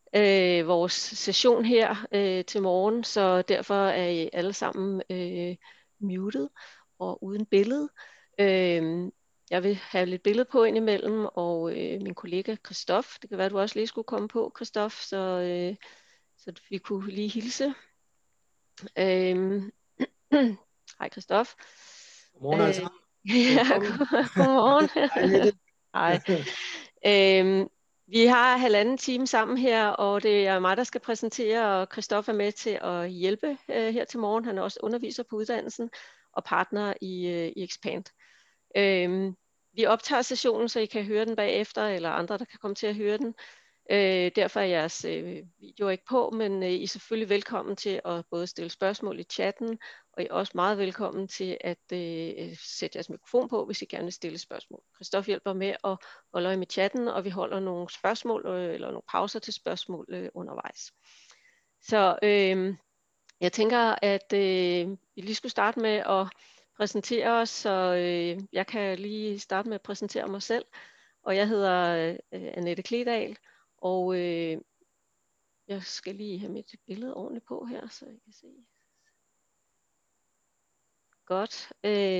vores session her til morgen, så derfor er I alle sammen muted og uden billede. Jeg vil have lidt billede på indimellem, og min kollega Christoph, det kan være, du også lige skulle komme på, Christoph, så vi kunne lige hilse. Hej Christoph. Godmorgen alle sammen. Ja, Velkommen. godmorgen. Hej Annette. Hej. Vi har 1,5 time sammen her, og det er mig, der skal præsentere, og Christoph er med til at hjælpe her til morgen. Han er også underviser på uddannelsen og partner i Expand. Vi optager sessionen, så I kan høre den bagefter, eller andre, der kan komme til at høre den. Derfor er jeres video ikke på, men I er selvfølgelig velkommen til at både stille spørgsmål i chatten, og I er også meget velkommen til at sætte jeres mikrofon på, hvis I gerne vil stille spørgsmål. Christoph hjælper med at holde øje med chatten, og vi holder nogle spørgsmål eller nogle pauser til spørgsmål undervejs. Så jeg tænker, at vi lige skulle starte med at præsentere os, så jeg kan lige starte med at præsentere mig selv. Og jeg hedder Annette Kledal, og jeg skal lige have mit billede ordentligt på her, så I kan se. Godt.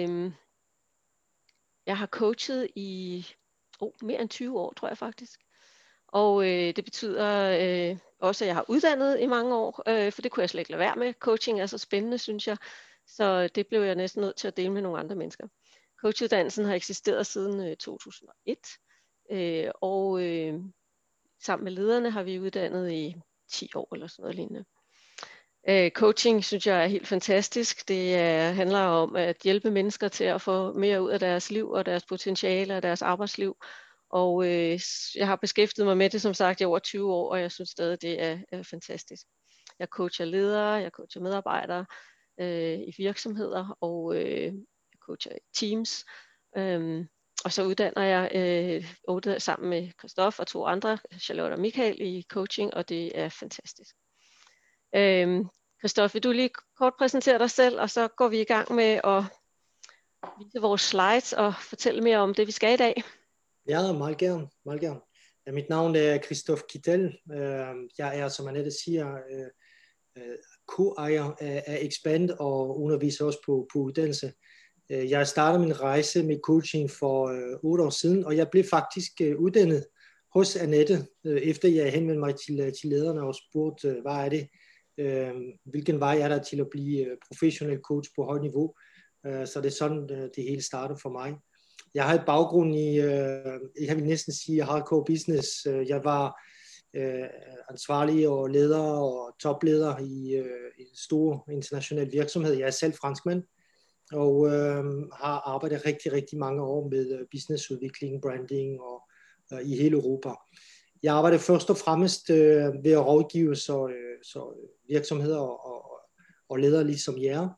Jeg har coachet i mere end 20 år, tror jeg faktisk. Og det betyder også, at jeg har uddannet i mange år, for det kunne jeg slet ikke lade være med. Coaching er så spændende, synes jeg. Så det blev jeg næsten nødt til at dele med nogle andre mennesker. Coachuddannelsen har eksisteret siden 2001, og sammen med lederne har vi uddannet i 10 år eller sådan noget lignende. Coaching synes jeg er helt fantastisk. Det handler om at hjælpe mennesker til at få mere ud af deres liv og deres potentiale og deres arbejdsliv. Og jeg har beskæftiget mig med det som sagt i over 20 år, og jeg synes stadig, det er fantastisk. Jeg coacher ledere, jeg coacher medarbejdere i virksomheder, og jeg coacher i teams. Og så uddanner jeg sammen med Christoph og 2 andre, Charlotte og Michael, i coaching, og det er fantastisk. Christoph, vil du lige kort præsentere dig selv, og så går vi i gang med at vise vores slides og fortælle mere om det, vi skal i dag. Ja, meget gerne. Meget gerne. Mit navn er Christoph Kittel. Jeg er, som Annette siger, co-ejer af Expand og underviser også på uddannelse. Jeg startede min rejse med coaching for 8 år siden, og jeg blev faktisk uddannet hos Annette, efter jeg henvendte mig til lederne og spurgte, hvad er det, hvilken vej er der til at blive professionel coach på højt niveau. Så det er sådan, det hele startede for mig. Jeg har et baggrund i, jeg vil næsten sige hardcore business. Jeg var ansvarlig og leder og topleder i en stor international virksomhed. Jeg er selv franskmand og har arbejdet rigtig, rigtig mange år med businessudvikling, branding og i hele Europa. Jeg arbejder først og fremmest ved at rådgive så virksomheder og ledere ligesom jer.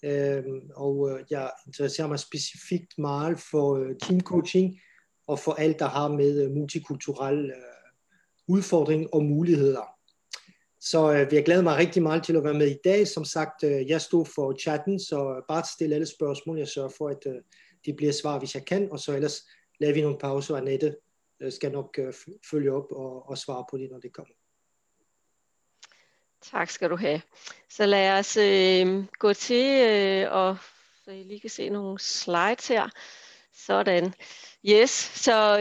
Og jeg interesserer mig specifikt meget for teamcoaching og for alt, der har med multikulturel udfordring og muligheder. Så jeg glæder mig rigtig meget til at være med i dag. Som sagt, jeg står for chatten, så bare stil alle spørgsmål. Jeg sørger for, at det bliver svar, hvis jeg kan, og så ellers laver vi nogle pauser, og Annette skal nok følge op og svare på det, når det kommer. Tak skal du have. Så lad os gå til, og så I lige kan se nogle slides her. Sådan. Yes, så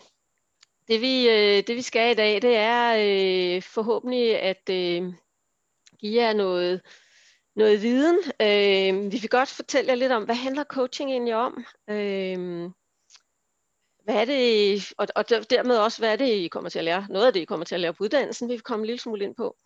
det vi skal i dag, det er forhåbentlig at give jer noget viden. Vi vil godt fortælle jer lidt om, hvad handler coaching egentlig om? Hvad er det, og dermed også, hvad er det, I kommer til at lære? Noget af det, I kommer til at lære på uddannelsen, vi vil komme en lille smule ind på.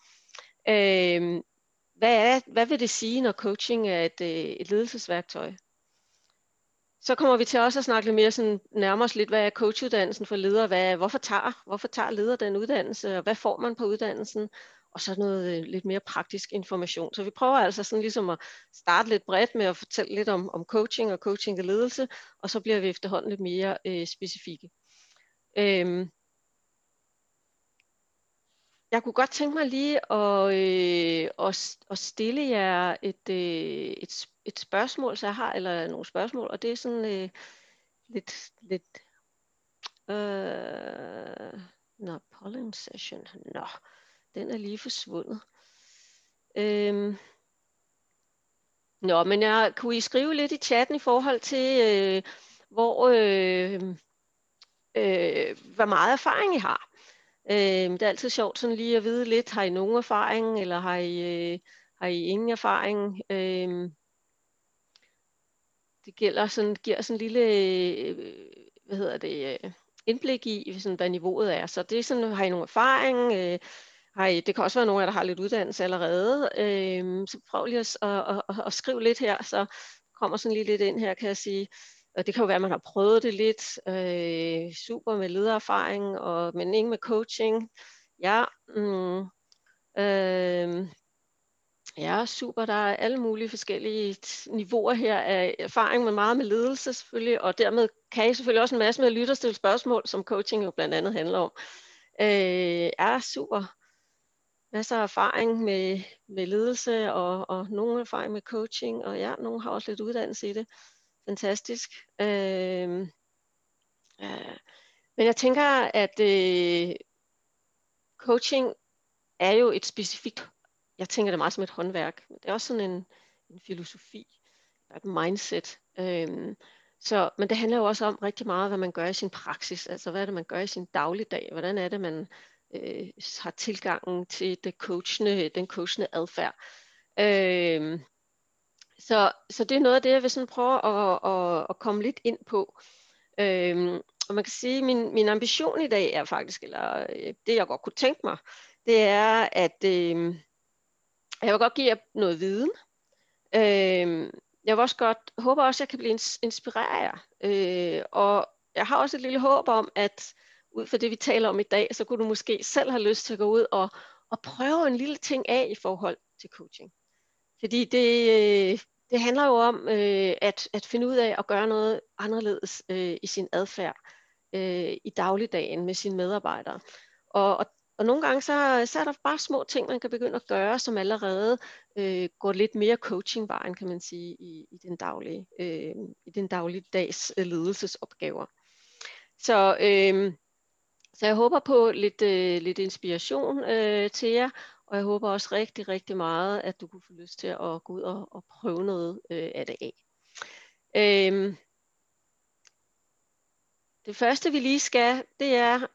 Hvad vil det sige, når coaching er et ledelsesværktøj? Så kommer vi til også at snakke lidt mere sådan, nærmere os lidt, hvad er coachuddannelsen for ledere? Hvorfor tager ledere den uddannelse, og hvad får man på uddannelsen? Og så noget lidt mere praktisk information. Så vi prøver altså sådan ligesom at starte lidt bredt med at fortælle lidt om coaching og coaching og ledelse, og så bliver vi efterhånden lidt mere specifikke. Jeg kunne godt tænke mig lige at stille jer et spørgsmål, så jeg har, eller nogle spørgsmål, og det er sådan polling session. Den er lige forsvundet. Men kunne I skrive lidt i chatten i forhold til, hvor meget erfaring I har? Det er altid sjovt sådan lige at vide lidt. Har I nogen erfaring, eller har I ingen erfaring? Det giver sådan en lille indblik i, sådan, hvad niveauet er. Så det er sådan, har I nogen erfaring? Det kan også være nogen af jer, der har lidt uddannelse allerede. Så prøv lige at skrive lidt her, så kommer sådan lige lidt ind her, kan jeg sige. Og det kan jo være, at man har prøvet det lidt. Super med ledererfaring, men ingen med coaching. Ja, ja, super. Der er alle mulige forskellige niveauer her af erfaring med meget med ledelse selvfølgelig, og dermed kan I selvfølgelig også en masse med at lytte og stille spørgsmål, som coaching jo blandt andet handler om. Ja, super. Masser af erfaring med ledelse og nogen erfaring med coaching, og ja, nogen har også lidt uddannelse i det. Fantastisk. Men jeg tænker, at coaching er jo et specifikt, jeg tænker det meget som et håndværk, men det er også sådan en filosofi, et mindset. Men det handler jo også om rigtig meget, hvad man gør i sin praksis, altså hvad er det, man gør i sin dagligdag, hvordan er det, man har tilgangen til den coachende adfærd. Så det er noget af det, jeg vil sådan prøve at komme lidt ind på. Og man kan sige, at min ambition i dag er faktisk, eller det jeg godt kunne tænke mig, det er, at jeg vil godt give jer noget viden. Jeg vil også håber også, at jeg kan blive inspireret af jer. Og jeg har også et lille håb om, at ud fra det, vi taler om i dag, så kunne du måske selv have lyst til at gå ud og prøve en lille ting af i forhold til coaching. Fordi det handler jo om at finde ud af at gøre noget anderledes i sin adfærd i dagligdagen med sine medarbejdere. Og nogle gange så er der bare små ting, man kan begynde at gøre, som allerede går lidt mere coachingvejen, kan man sige, i den daglige dags ledelsesopgaver. Så jeg håber på lidt inspiration til jer, og jeg håber også rigtig, rigtig meget, at du kunne få lyst til at gå ud og prøve noget af det af. Det første, vi lige skal, det er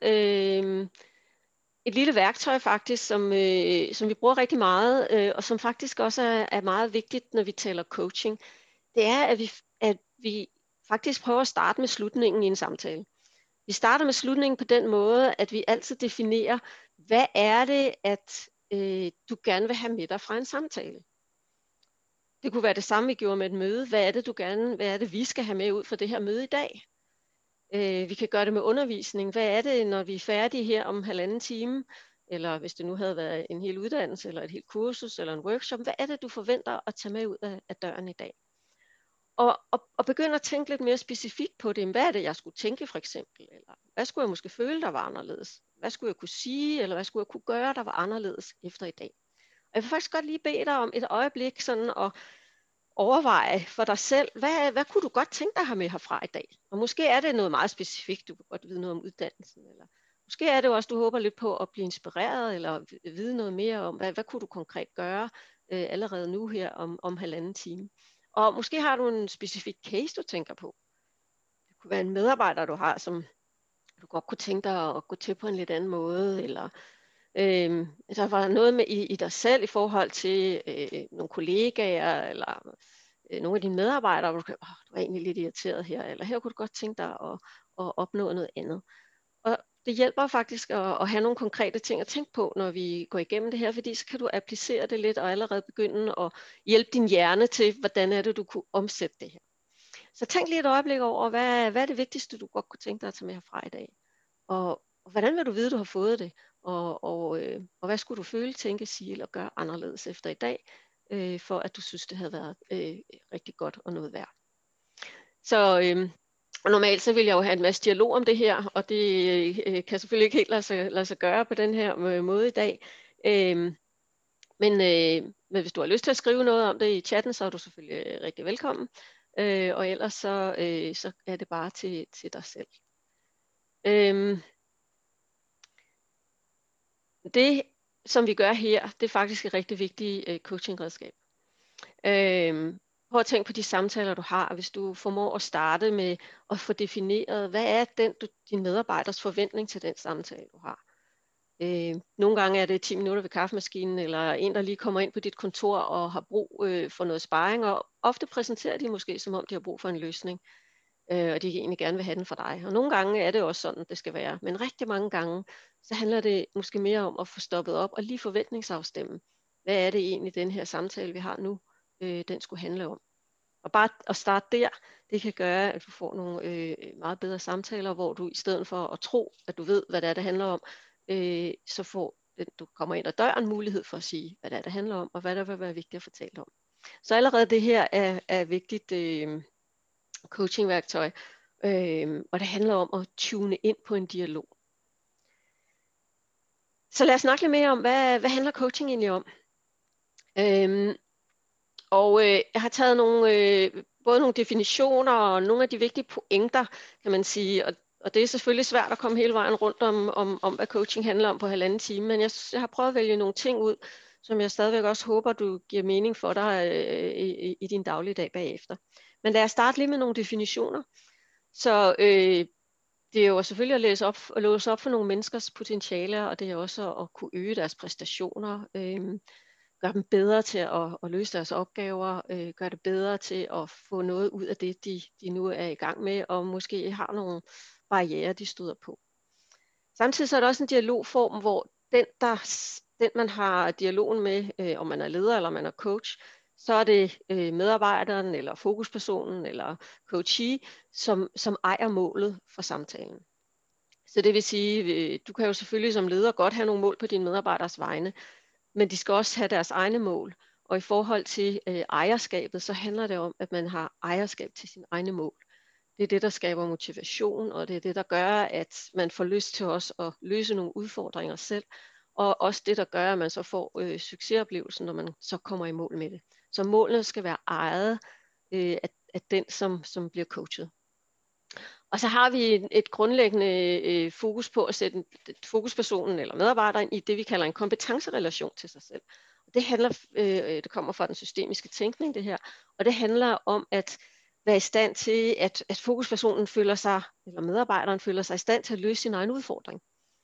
et lille værktøj faktisk, som vi bruger rigtig meget, og som faktisk også er meget vigtigt, når vi taler coaching. Det er, at vi faktisk prøver at starte med slutningen i en samtale. Vi starter med slutningen på den måde, at vi altid definerer, hvad er det, at du gerne vil have med dig fra en samtale. Det kunne være det samme, vi gjorde med et møde. Hvad er det, vi skal have med ud fra det her møde i dag? Vi kan gøre det med undervisning. Hvad er det, når vi er færdige her om 1,5 time? Eller hvis det nu havde været en hel uddannelse, eller et helt kursus, eller en workshop. Hvad er det, du forventer at tage med ud af døren i dag? Og begynde at tænke lidt mere specifikt på det. Hvad er det, jeg skulle tænke for eksempel? Eller hvad skulle jeg måske føle, der var anderledes? Hvad skulle jeg kunne sige, eller hvad skulle jeg kunne gøre, der var anderledes efter i dag? Og jeg vil faktisk godt lige bede dig om et øjeblik sådan at overveje for dig selv, hvad kunne du godt tænke dig at have med herfra i dag? Og måske er det noget meget specifikt, du kan godt vide noget om uddannelsen, eller måske er det jo også, du håber lidt på at blive inspireret, eller vide noget mere om, hvad kunne du konkret gøre allerede nu her om 1,5 time. Og måske har du en specifik case, du tænker på. Det kunne være en medarbejder, du har, som du godt kunne tænke dig at gå til på en lidt anden måde, eller der var noget med i dig selv i forhold til nogle kollegaer, eller nogle af dine medarbejdere, hvor du var egentlig lidt irriteret her, eller her kunne du godt tænke dig at opnå noget andet. Og det hjælper faktisk at have nogle konkrete ting at tænke på, når vi går igennem det her, fordi så kan du applicere det lidt og allerede begynde at hjælpe din hjerne til, hvordan er det, du kunne omsætte det her. Så tænk lige et øjeblik over, hvad er det vigtigste, du godt kunne tænke dig at tage med herfra i dag? Og hvordan vil du vide, du har fået det? Og hvad skulle du føle, tænke, sige eller gøre anderledes efter i dag, for at du synes, det havde været rigtig godt og noget værd. Så normalt så vil jeg jo have en masse dialog om det her, og det kan selvfølgelig ikke helt lade sig gøre på den her måde i dag. Men hvis du har lyst til at skrive noget om det i chatten, så er du selvfølgelig rigtig velkommen. Og ellers så er det bare til dig selv. Det, som vi gør her, det er faktisk et rigtig vigtigt coachingredskab. Prøv at tænke på de samtaler, du har. Hvis du formår at starte med at få defineret, hvad er din medarbejders forventning til den samtale, du har. Nogle gange er det 10 minutter ved kaffemaskinen, eller en, der lige kommer ind på dit kontor og har brug for noget sparring, og ofte præsenterer de måske, som om de har brug for en løsning, og de egentlig gerne vil have den fra dig. Og nogle gange er det også sådan, det skal være. Men rigtig mange gange, så handler det måske mere om at få stoppet op og lige forventningsafstemme. Hvad er det egentlig, den her samtale, vi har nu, den skulle handle om? Og bare at starte der, det kan gøre, at du får nogle meget bedre samtaler, hvor du i stedet for at tro, at du ved, hvad det er, det handler om, så får du kommer ind ad døren mulighed for at sige, hvad det er, det handler om, og hvad der vil være vigtigt at fortælle om. Så allerede det her er vigtigt coachingværktøj, og det handler om at tune ind på en dialog. Så lad os snakke lidt mere om, hvad handler coaching egentlig om? Jeg har taget både nogle definitioner og nogle af de vigtige pointer, kan man sige, og det er selvfølgelig svært at komme hele vejen rundt om hvad coaching handler om på 1,5 time, men jeg har prøvet at vælge nogle ting ud, som jeg stadigvæk også håber, du giver mening for dig i din dagligdag bagefter. Men lad os starte lige med nogle definitioner. Så det er jo selvfølgelig at låse op for nogle menneskers potentialer, og det er også at kunne øge deres præstationer, gøre dem bedre til at løse deres opgaver, gøre det bedre til at få noget ud af det, de nu er i gang med, og måske har nogle barrierer, de støder på. Samtidig så er der også en dialogform, hvor den man har dialogen med, om man er leder eller man er coach, så er det medarbejderen eller fokuspersonen eller coachee, som ejer målet for samtalen. Så det vil sige, du kan jo selvfølgelig som leder godt have nogle mål på dine medarbejderes vegne, men de skal også have deres egne mål. Og i forhold til ejerskabet, så handler det om, at man har ejerskab til sine egne mål. Det er det, der skaber motivation, og det er det, der gør, at man får lyst til også at løse nogle udfordringer selv. Og også det, der gør, at man så får succesoplevelsen, når man så kommer i mål med det. Så målene skal være ejet af den, som bliver coachet. Og så har vi et grundlæggende fokus på at sætte fokuspersonen eller medarbejderen i det, vi kalder en kompetencerelation til sig selv. Og det handler, det kommer fra den systemiske tænkning, det her, og det handler om at være i stand til, at fokuspersonen føler sig, eller medarbejderen føler sig i stand til at løse sin egen udfordring.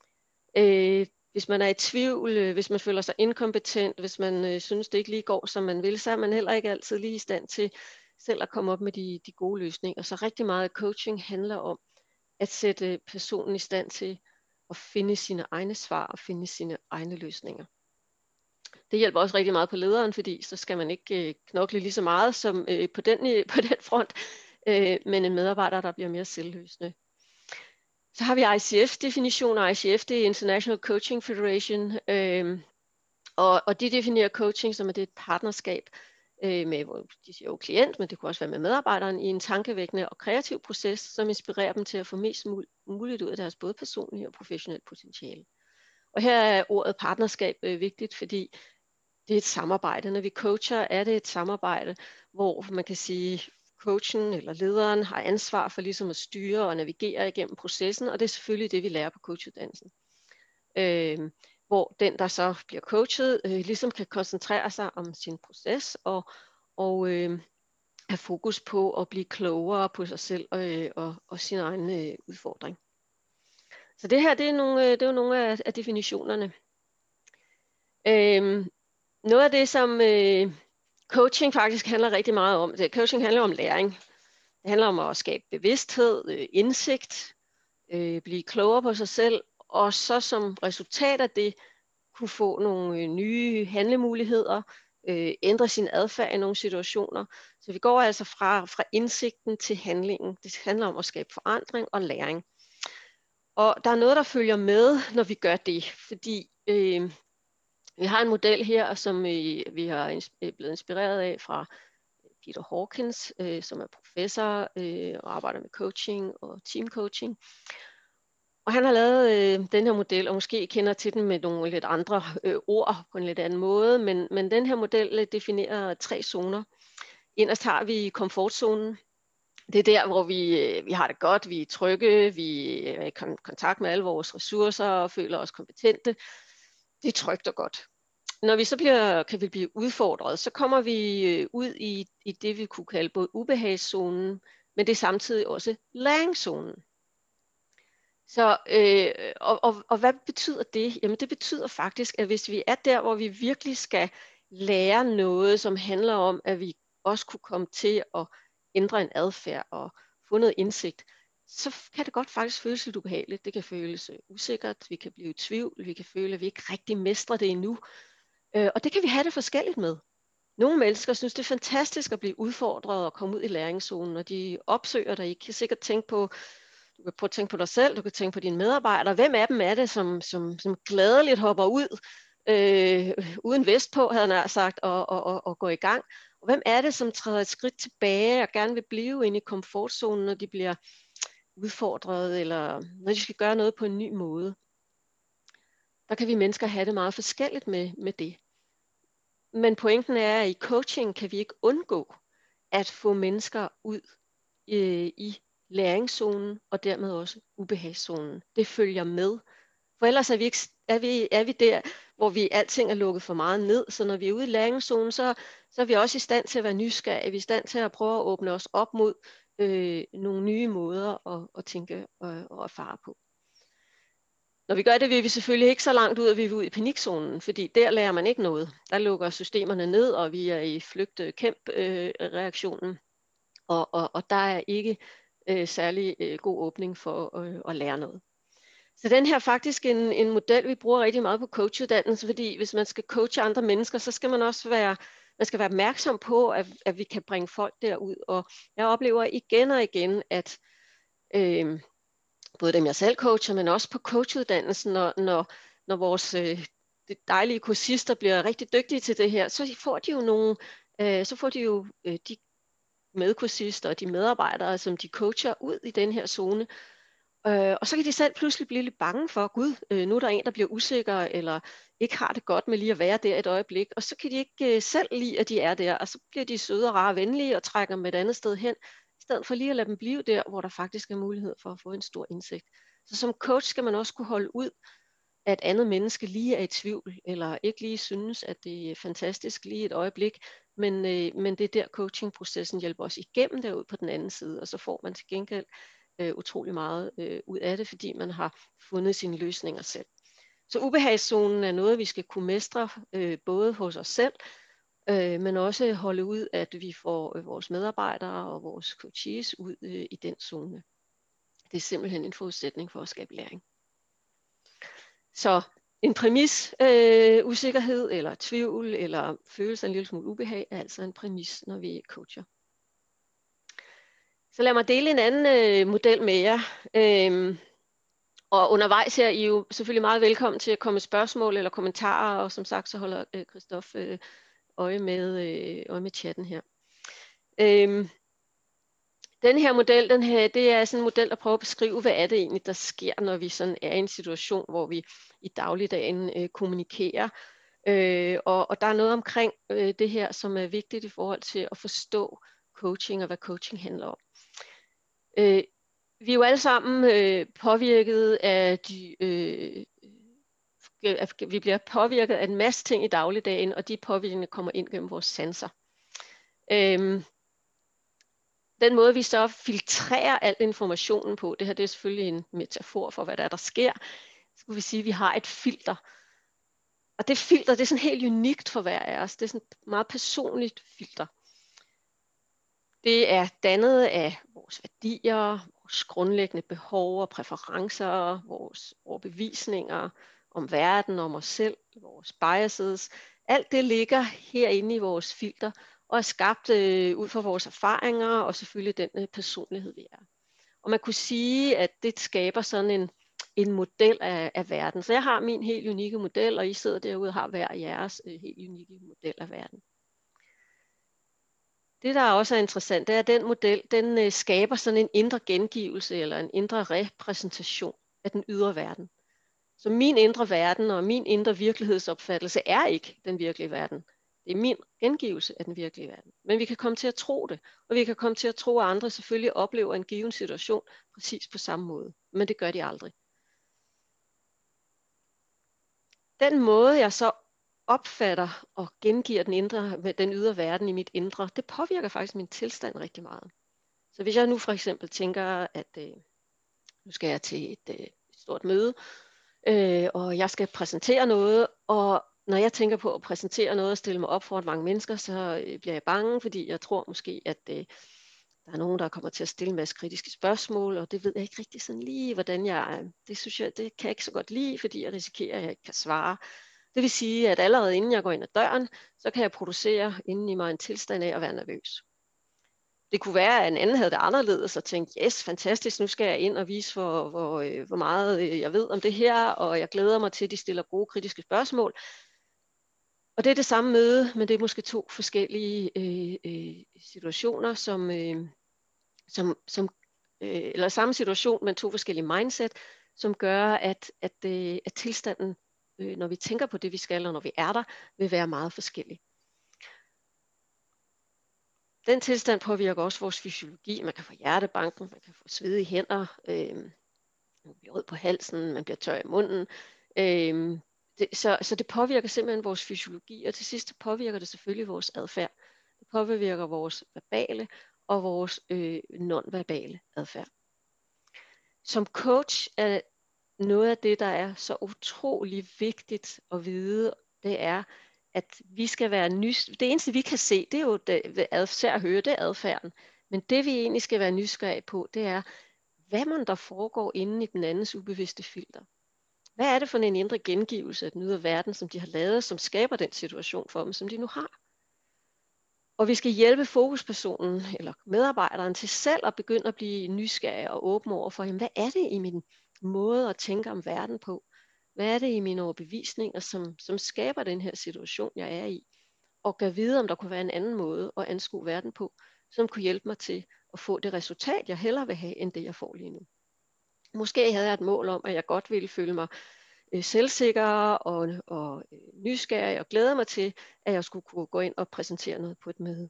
Hvis man er i tvivl, hvis man føler sig inkompetent, hvis man synes, det ikke lige går, som man vil, så er man heller ikke altid lige i stand til selv at komme op med de gode løsninger. Så rigtig meget coaching handler om at sætte personen i stand til at finde sine egne svar og finde sine egne løsninger. Det hjælper også rigtig meget på lederen, fordi så skal man ikke knokle lige så meget som på den front, men en medarbejder, der bliver mere selvløsende. Så har vi ICF-definitioner. ICF, det er International Coaching Federation, og de definerer coaching som at det er et partnerskab med, hvor de siger jo klient, men det kunne også være med medarbejderen, i en tankevækkende og kreativ proces, som inspirerer dem til at få mest muligt ud af deres både personlige og professionelle potentiale. Og her er ordet partnerskab vigtigt, fordi det er et samarbejde. Når vi coacher, er det et samarbejde, hvor man kan sige, coachen eller lederen har ansvar for ligesom at styre og navigere igennem processen, og det er selvfølgelig det, vi lærer på coachuddannelsen. Hvor den, der så bliver coachet, ligesom kan koncentrere sig om sin proces og have fokus på at blive klogere på sig selv og sin egen udfordring. Så det her, det er jo nogle af definitionerne. Noget af det, som coaching faktisk handler rigtig meget om, coaching handler om læring. Det handler om at skabe bevidsthed, indsigt, blive klogere på sig selv, og så som resultat af det, kunne få nogle nye handlemuligheder, ændre sin adfærd i nogle situationer. Så vi går altså fra indsigten til handlingen. Det handler om at skabe forandring og læring. Og der er noget, der følger med, når vi gør det, fordi vi har en model her, som vi har blevet inspireret af fra Peter Hawkins, som er professor og arbejder med coaching og team coaching. Og han har lavet den her model, og måske kender til den med nogle lidt andre ord på en lidt anden måde, men den her model definerer 3 zoner. Inderst har vi komfortzonen. Det er der, hvor vi har det godt, vi er trygge, vi er i kontakt med alle vores ressourcer og føler os kompetente. Det er trygt og godt. Når vi så kan vi blive udfordret, så kommer vi ud i det, vi kunne kalde både ubehagszonen, men det er samtidig også læringszonen. Så, og hvad betyder det? Jamen det betyder faktisk, at hvis vi er der, hvor vi virkelig skal lære noget, som handler om, at vi også kunne komme til at ændre en adfærd og få noget indsigt, så kan det godt faktisk føles lidt ubehageligt. Det kan føles usikkert, vi kan blive i tvivl, vi kan føle, at vi ikke rigtig mestrer det endnu. Og det kan vi have det forskelligt med. Nogle mennesker synes, det er fantastisk at blive udfordret og komme ud i læringszonen, og de opsøger dig. I kan sikkert tænke på, du kan prøve at tænke på dig selv, du kan tænke på dine medarbejdere. Hvem af dem er det, som gladeligt hopper ud, uden vest på, havde jeg sagt, og går i gang? Og hvem er det, som træder et skridt tilbage og gerne vil blive inde i komfortzonen, når de bliver udfordret, eller når de skal gøre noget på en ny måde? Der kan vi mennesker have det meget forskelligt med det. Men pointen er, at i coaching kan vi ikke undgå at få mennesker ud i læringszonen og dermed også ubehagszonen. Det følger med. For ellers er vi der, hvor alting er lukket for meget ned. Så når vi er ude i læringszonen, så er vi også i stand til at være nysgerrige. Vi er i stand til at prøve at åbne os op mod nogle nye måder at tænke og erfare på. Når vi gør det, vil vi selvfølgelig ikke så langt ud, at vi er ude i panikzonen, fordi der lærer man ikke noget. Der lukker systemerne ned, og vi er i flygt-kæmp-reaktionen, og der er ikke særlig god åbning for at lære noget. Så den her er faktisk en model, vi bruger rigtig meget på coachuddannelsen, fordi hvis man skal coache andre mennesker, så skal man også være opmærksom på, at vi kan bringe folk derud. Og jeg oplever igen og igen, at både dem jeg selv coacher, men også på coachuddannelsen, når vores dejlige kursister bliver rigtig dygtige til det her, så får de jo de medkursister og de medarbejdere, som de coacher ud i den her zone. Og så kan de selv pludselig blive lidt bange for, gud, nu er der en, der bliver usikker, eller ikke har det godt med lige at være der et øjeblik, og så kan de ikke selv lide, at de er der, og så bliver de søde og rare og venlige og trækker dem et andet sted hen, i stedet for lige at lade dem blive der, hvor der faktisk er mulighed for at få en stor indsigt. Så som coach skal man også kunne holde ud, at et andet menneske lige er i tvivl, eller ikke lige synes, at det er fantastisk lige et øjeblik, men det er der coachingprocessen hjælper os igennem derud på den anden side, og så får man til gengæld utrolig meget ud af det, fordi man har fundet sine løsninger selv. Så ubehagszonen er noget, vi skal kunne mestre, både hos os selv, men også holde ud, at vi får vores medarbejdere og vores coaches ud i den zone. Det er simpelthen en forudsætning for at skabe læring. Så en præmis, usikkerhed eller tvivl eller følelse af en lille smule ubehag, er altså en præmis, når vi coacher. Så lad mig dele en anden model med jer. Og undervejs her er I jo selvfølgelig meget velkommen til at komme med spørgsmål eller kommentarer, og som sagt så holder Christoph øje med chatten her. Den her model, det er sådan en model, der prøver at beskrive, hvad er det egentlig, der sker, når vi sådan er i en situation, hvor vi i dagligdagen kommunikerer. Og der er noget omkring det her, som er vigtigt i forhold til at forstå coaching og hvad coaching handler om. Vi er jo alle sammen påvirket af vi bliver påvirket af en masse ting i dagligdagen, og de påvirkninger kommer ind gennem vores sanser. Den måde vi så filtrerer al informationen på, det her det er selvfølgelig en metafor for hvad der sker, så skulle vi sige, at vi har et filter. Og det filter, det er sådan helt unikt for hver af os. Det er sådan et meget personligt filter. Det er dannet af vores værdier, vores grundlæggende behov og præferencer, vores overbevisninger om verden, om os selv, vores biases. Alt det ligger herinde i vores filter og er skabt ud fra vores erfaringer og selvfølgelig den personlighed, vi er. Og man kunne sige, at det skaber sådan en model af verden. Så jeg har min helt unikke model, og I sidder derude og har hver jeres helt unikke model af verden. Det, der også er interessant, det er, at den model, den skaber sådan en indre gengivelse eller en indre repræsentation af den ydre verden. Så min indre verden og min indre virkelighedsopfattelse er ikke den virkelige verden. Det er min gengivelse af den virkelige verden. Men vi kan komme til at tro det, og vi kan komme til at tro, at andre selvfølgelig oplever en given situation præcis på samme måde. Men det gør de aldrig. den måde, jeg så opfatter og gengiver den ydre verden i mit indre, det påvirker faktisk min tilstand rigtig meget. Så hvis jeg nu for eksempel tænker, at nu skal jeg til et stort møde, og jeg skal præsentere noget, og når jeg tænker på at præsentere noget og stille mig op for mange mennesker, så bliver jeg bange, fordi jeg tror måske, at der er nogen, der kommer til at stille en masse kritiske spørgsmål, og det ved jeg ikke rigtig sådan lige, hvordan det synes jeg, det kan jeg ikke så godt lide, fordi jeg risikerer, at jeg ikke kan svare. Det vil sige, at allerede inden jeg går ind ad døren, så kan jeg producere inden i mig en tilstand af at være nervøs. Det kunne være, at en anden havde det anderledes og tænkte, yes, fantastisk, nu skal jeg ind og vise, hvor meget jeg ved om det her, og jeg glæder mig til, at de stiller gode kritiske spørgsmål. Og det er det samme møde, men det er måske to forskellige situationer, eller samme situation, men to forskellige mindset, som gør, at tilstanden, når vi tænker på det, vi skal, og når vi er der, vil være meget forskellig. Den tilstand påvirker også vores fysiologi. Man kan få hjertebanken, man kan få svedige hænder, man bliver rød på halsen, man bliver tør i munden. Så det påvirker simpelthen vores fysiologi, og til sidst påvirker det selvfølgelig vores adfærd. Det påvirker vores verbale og vores nonverbale adfærd. Som coach er noget af det, der er så utrolig vigtigt at vide, det er, at vi skal være det eneste vi kan se, det er jo adfærd at høre, det er adfærden. Men det vi egentlig skal være nysgerrige på, det er, hvad man der foregår inde i den andens ubevidste filter. Hvad er det for en indre gengivelse af den ydre verden, som de har lavet, som skaber den situation for dem, som de nu har? Og vi skal hjælpe fokuspersonen eller medarbejderen til selv at begynde at blive nysgerrig og åben over for, jamen, hvad er det i min måde at tænke om verden på? Hvad er det i mine overbevisninger, som skaber den her situation, jeg er i? Og kan vide, om der kunne være en anden måde at anskue verden på, som kunne hjælpe mig til at få det resultat, jeg hellere vil have, end det jeg får lige nu. Måske havde jeg et mål om, at jeg godt ville føle mig selvsikker og nysgerrig og glæder mig til, at jeg skulle kunne gå ind og præsentere noget på et møde.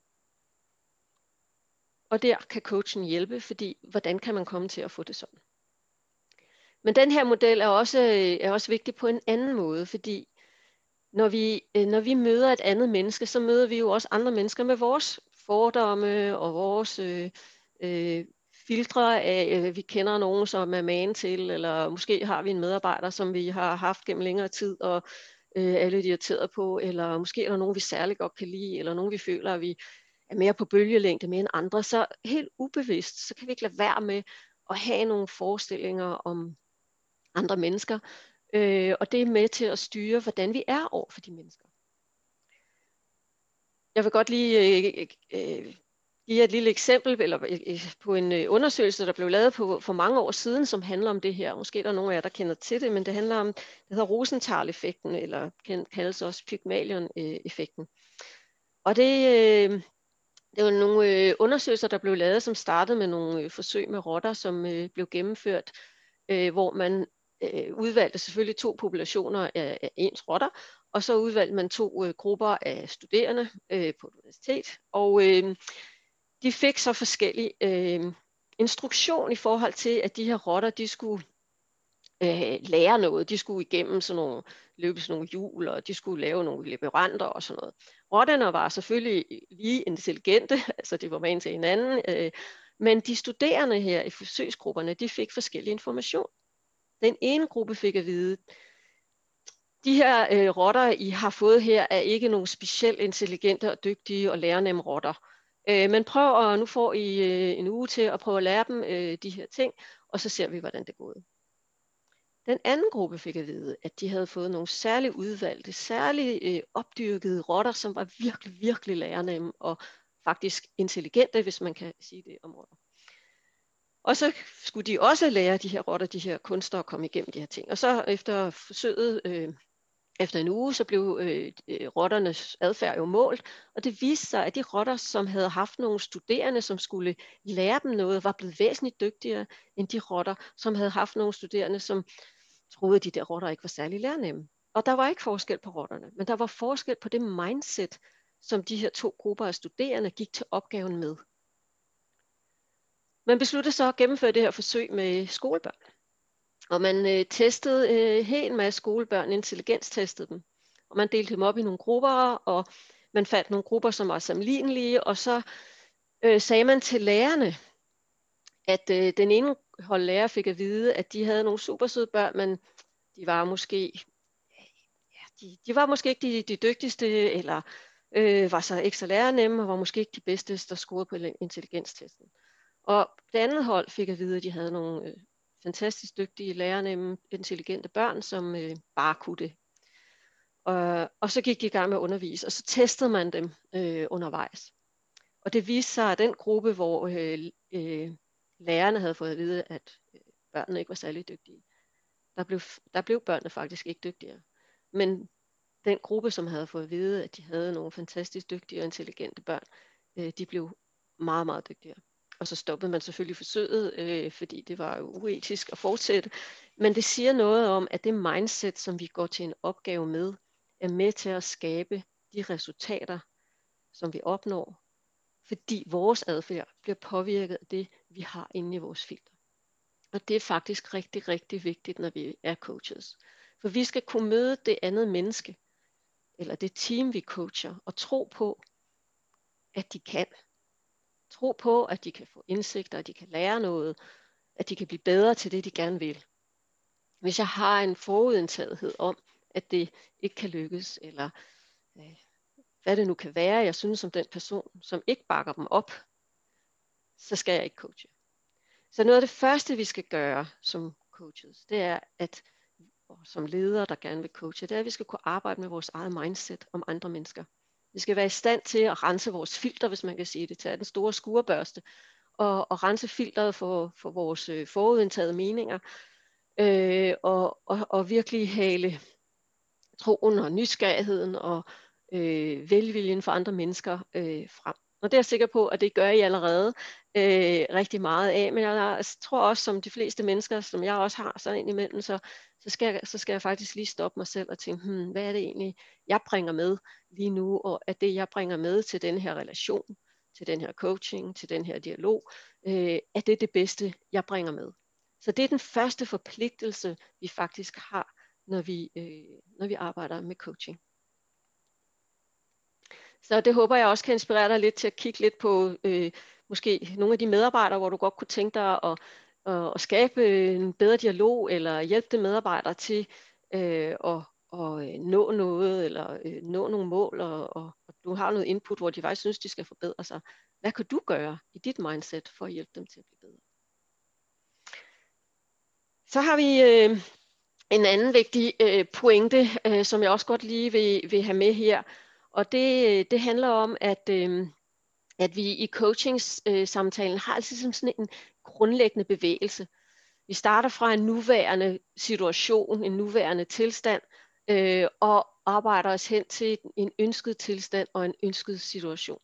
Og der kan coachen hjælpe, fordi hvordan kan man komme til at få det sådan? Men den her model er også vigtig på en anden måde, fordi når vi møder et andet menneske, så møder vi jo også andre mennesker med vores fordomme og vores filtre af, vi kender nogen, som er man til, eller måske har vi en medarbejder, som vi har haft gennem længere tid, og er lidt irriteret på, eller måske er der nogen, vi særlig godt kan lide, eller nogen, vi føler, at vi er mere på bølgelængde med end andre. Så helt ubevidst, så kan vi ikke lade være med at have nogle forestillinger om andre mennesker, og det er med til at styre, hvordan vi er over for de mennesker. Jeg vil godt lige give et lille eksempel på en undersøgelse, der blev lavet for mange år siden, som handler om det her. Måske er der nogen af jer, der kender til det, men det handler om, det hedder Rosenthal-effekten, eller kaldes også Pygmalion-effekten. Og det var nogle undersøgelser, der blev lavet, som startede med nogle forsøg med rotter, som blev gennemført, hvor man udvalgte selvfølgelig 2 populationer af ens rotter, og så udvalgte man 2 grupper af studerende på et universitet, og de fik så forskellig instruktion i forhold til, at de her rotter, de skulle lære noget. De skulle igennem løbe sådan nogle hjul, og de skulle lave nogle labyrinter og sådan noget. Rotterne var selvfølgelig lige intelligente, altså de var med til hinanden, men de studerende her i forsøgsgrupperne, de fik forskellig information. Den ene gruppe fik at vide, de her rotter, I har fået her, er ikke nogen specielt intelligente og dygtige og lærernemme rotter. Men prøv, og nu får I en uge til at prøve at lære dem de her ting, og så ser vi, hvordan det går. Den anden gruppe fik at vide, at de havde fået nogle særligt udvalgte, særligt opdyrkede rotter, som var virkelig, virkelig lærernemme og faktisk intelligente, hvis man kan sige det om rotter. Og så skulle de også lære de her rotter, de her kunster at komme igennem de her ting. Og så efter forsøget, efter en uge, så blev rotternes adfærd jo målt, og det viste sig, at de rotter, som havde haft nogle studerende, som skulle lære dem noget, var blevet væsentligt dygtigere end de rotter, som havde haft nogle studerende, som troede, at de der rotter ikke var særlig lærernemme. Og der var ikke forskel på rotterne, men der var forskel på det mindset, som de her 2 grupper af studerende gik til opgaven med. Man besluttede så at gennemføre det her forsøg med skolebørn. Og man testede helt en masse skolebørn, intelligenstestede dem. Og man delte dem op i nogle grupper, og man fandt nogle grupper, som var sammenlignelige, og så sagde man til lærerne, at den ene hold lærer fik at vide, at de havde nogle super søde børn, men de var måske, de var måske ikke de dygtigste, eller var så ikke så lærernemme, og var måske ikke de bedste, der scorede på intelligenstesten. Og det andet hold fik at vide, at de havde nogle fantastisk dygtige, lærernemme, intelligente børn, som bare kunne det. Og så gik de i gang med at undervise, og så testede man dem undervejs. Og det viste sig, at den gruppe, hvor lærerne havde fået at vide, at børnene ikke var særlig dygtige, der blev børnene faktisk ikke dygtigere. Men den gruppe, som havde fået at vide, at de havde nogle fantastisk dygtige og intelligente børn, de blev meget, meget dygtigere. Og så stoppede man selvfølgelig forsøget, fordi det var jo uetisk at fortsætte. Men det siger noget om, at det mindset, som vi går til en opgave med, er med til at skabe de resultater, som vi opnår, fordi vores adfærd bliver påvirket af det, vi har inde i vores filter. Og det er faktisk rigtig, rigtig vigtigt, når vi er coaches. For vi skal kunne møde det andet menneske, eller det team, vi coacher, og tro på, at de kan. Tro på, at de kan få indsigter, at de kan lære noget, at de kan blive bedre til det, de gerne vil. Hvis jeg har en forudindtagethed om, at det ikke kan lykkes, eller hvad det nu kan være, jeg synes om den person, som ikke bakker dem op, så skal jeg ikke coache. Så noget af det første, vi skal gøre som coaches, det er, at som ledere, der gerne vil coache, det er, at vi skal kunne arbejde med vores eget mindset om andre mennesker. Vi skal være i stand til at rense vores filter, hvis man kan sige det, tage den store skurebørste, og rense filteret for vores forudindtagede meninger, og virkelig hale troen og nysgerrigheden og velviljen for andre mennesker frem. Og det er jeg sikker på, at det gør I allerede rigtig meget af, men jeg tror også, som de fleste mennesker, som jeg også har så indimellem, så skal jeg faktisk lige stoppe mig selv og tænke, hvad er det egentlig, jeg bringer med lige nu, og er det, jeg bringer med til den her relation, til den her coaching, til den her dialog, er det det bedste, jeg bringer med. Så det er den første forpligtelse, vi faktisk har, når vi arbejder med coaching. Så det håber jeg også kan inspirere dig lidt til at kigge lidt på måske nogle af de medarbejdere, hvor du godt kunne tænke dig at skabe en bedre dialog, eller hjælpe de medarbejdere til at nå noget, eller nå nogle mål, og du har noget input, hvor de faktisk synes, de skal forbedre sig. Hvad kan du gøre i dit mindset for at hjælpe dem til at blive bedre? Så har vi en anden vigtig pointe, som jeg også godt lige vil have med her, og det handler om, at vi i coaching-samtalen har altid sådan en grundlæggende bevægelse. Vi starter fra en nuværende situation, en nuværende tilstand, og arbejder os hen til en ønsket tilstand og en ønsket situation.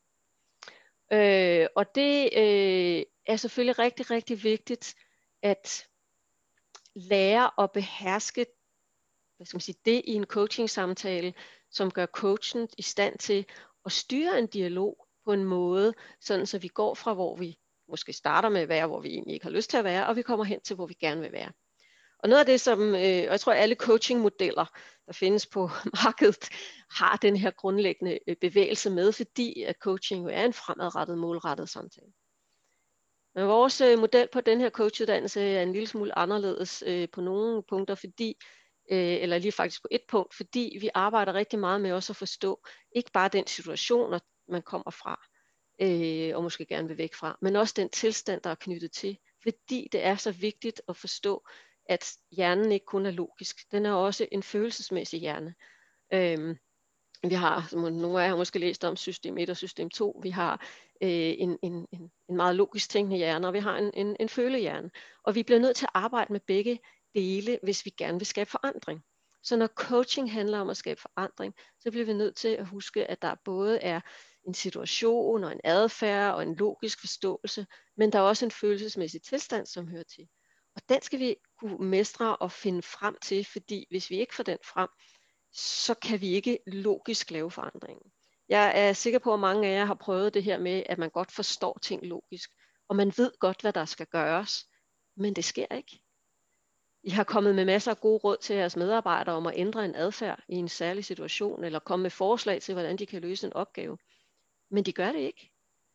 Og det er selvfølgelig rigtig, rigtig vigtigt at lære at beherske det i en coaching-samtale, som gør coachen i stand til at styre en dialog på en måde, sådan så vi går fra, hvor vi måske starter med at være, hvor vi egentlig ikke har lyst til at være, og vi kommer hen til, hvor vi gerne vil være. Og noget af det, som jeg tror, alle coaching-modeller, der findes på markedet, har den her grundlæggende bevægelse med, fordi at coaching jo er en fremadrettet, målrettet samtale. Men vores model på den her coachuddannelse er en lille smule anderledes på nogle punkter, fordi eller lige faktisk på et punkt, fordi vi arbejder rigtig meget med også at forstå, ikke bare den situation, man kommer fra, og måske gerne vil væk fra, men også den tilstand, der er knyttet til, fordi det er så vigtigt at forstå, at hjernen ikke kun er logisk, den er også en følelsesmæssig hjerne. Vi har, som nogle af jer har måske læst om, system 1 og system 2, vi har en meget logisk tænkende hjerne, og vi har en følehjerne, og vi bliver nødt til at arbejde med begge dele, hvis vi gerne vil skabe forandring. Så når coaching handler om at skabe forandring, så bliver vi nødt til at huske, at der både er en situation og en adfærd og en logisk forståelse, men der er også en følelsesmæssig tilstand, som hører til. Og den skal vi kunne mestre og finde frem til, fordi hvis vi ikke får den frem, så kan vi ikke logisk lave forandringen. Jeg er sikker på, at mange af jer har prøvet det her med, at man godt forstår ting logisk, og man ved godt, hvad der skal gøres, men det sker ikke. I har kommet med masser af gode råd til jeres medarbejdere om at ændre en adfærd i en særlig situation, eller komme med forslag til, hvordan de kan løse en opgave. Men de gør det ikke.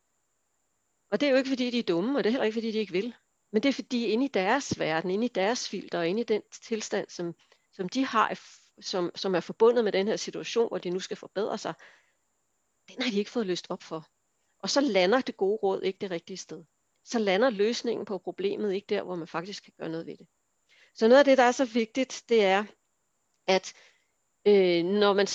Og det er jo ikke, fordi de er dumme, og det er heller ikke, fordi de ikke vil. Men det er, fordi inde i deres verden, inde i deres filter, og inde i den tilstand, som de har, som er forbundet med den her situation, hvor de nu skal forbedre sig, den har de ikke fået løst op for. Og så lander det gode råd ikke det rigtige sted. Så lander løsningen på problemet ikke der, hvor man faktisk kan gøre noget ved det. Så noget af det, der er så vigtigt, det er, at når man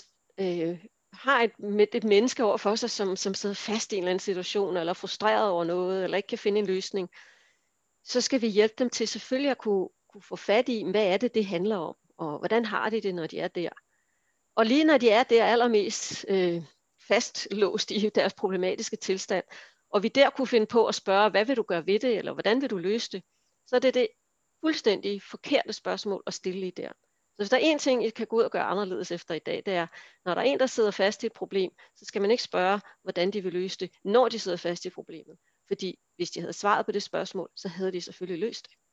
har et menneske over for sig, som sidder fast i en eller anden situation, eller er frustreret over noget, eller ikke kan finde en løsning, så skal vi hjælpe dem til selvfølgelig at kunne få fat i, hvad er det handler om, og hvordan har de det, når de er der. Og lige når de er der allermest fastlåst i deres problematiske tilstand, og vi der kunne finde på at spørge, hvad vil du gøre ved det, eller hvordan vil du løse det, så er det fuldstændig forkerte spørgsmål at stille lige der. Så hvis der er en ting, I kan gå ud og gøre anderledes efter i dag, det er, når der er en, der sidder fast i et problem, så skal man ikke spørge, hvordan de vil løse det, når de sidder fast i problemet. Fordi hvis de havde svaret på det spørgsmål, så havde de selvfølgelig løst det.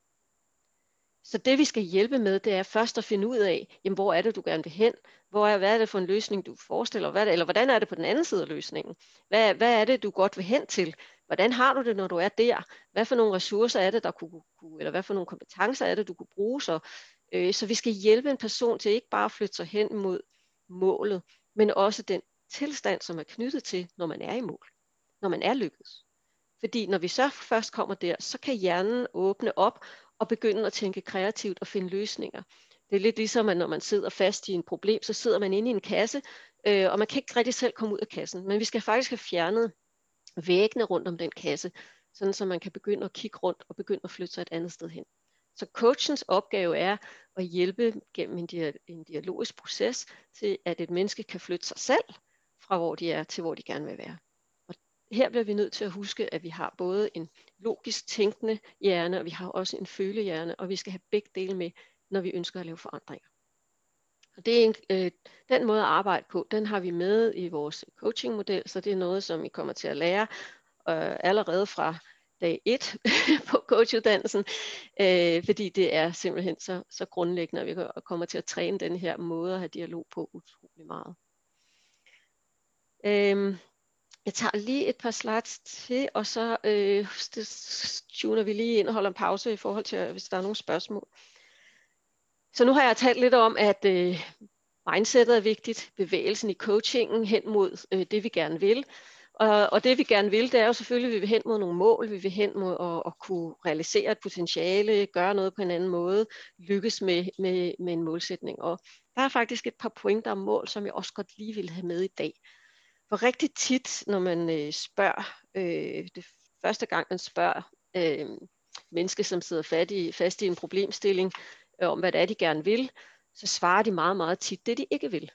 Så det vi skal hjælpe med, det er først at finde ud af, jamen, hvor er det, du gerne vil hen? Hvad er det for en løsning, du forestiller? Eller hvordan er det på den anden side af løsningen? Hvad er det, du godt vil hen til? Hvordan har du det, når du er der? Hvad for nogle ressourcer er det, der kunne eller hvad for nogle kompetencer er det, du kunne bruge? Så vi skal hjælpe en person til ikke bare at flytte sig hen mod målet, men også den tilstand, som er knyttet til, når man er i mål. Når man er lykkedes. Fordi når vi så først kommer der, så kan hjernen åbne op og begynde at tænke kreativt og finde løsninger. Det er lidt ligesom, at når man sidder fast i en problem, så sidder man inde i en kasse, og man kan ikke rigtig selv komme ud af kassen. Men vi skal faktisk have fjernet væggene rundt om den kasse, sådan så man kan begynde at kigge rundt og begynde at flytte sig et andet sted hen. Så coachens opgave er at hjælpe gennem en dialogisk proces til, at et menneske kan flytte sig selv fra hvor de er til hvor de gerne vil være. Og her bliver vi nødt til at huske, at vi har både en logisk tænkende hjerne, og vi har også en følehjerne, og vi skal have begge dele med, når vi ønsker at lave forandringer. Og det er den måde at arbejde på, den har vi med i vores coachingmodel, så det er noget, som I kommer til at lære allerede fra dag 1 på coachuddannelsen, fordi det er simpelthen så grundlæggende, at vi kommer til at træne den her måde at have dialog på utrolig meget. Jeg tager lige et par slides til, og så tuner vi lige ind og holder en pause i forhold til, hvis der er nogle spørgsmål. Så nu har jeg talt lidt om, at mindsetet er vigtigt, bevægelsen i coachingen hen mod det, vi gerne vil. Og det vi gerne vil, det er jo selvfølgelig, at vi vil hen mod nogle mål, vi vil hen mod at kunne realisere et potentiale, gøre noget på en anden måde, lykkes med en målsætning. Og der er faktisk et par pointer om mål, som jeg også godt lige vil have med i dag. For rigtig tit, når man spørger, det første gang man spørger mennesker, som sidder fast i en problemstilling, om hvad det er, de gerne vil, så svarer de meget, meget tit det, de ikke vil.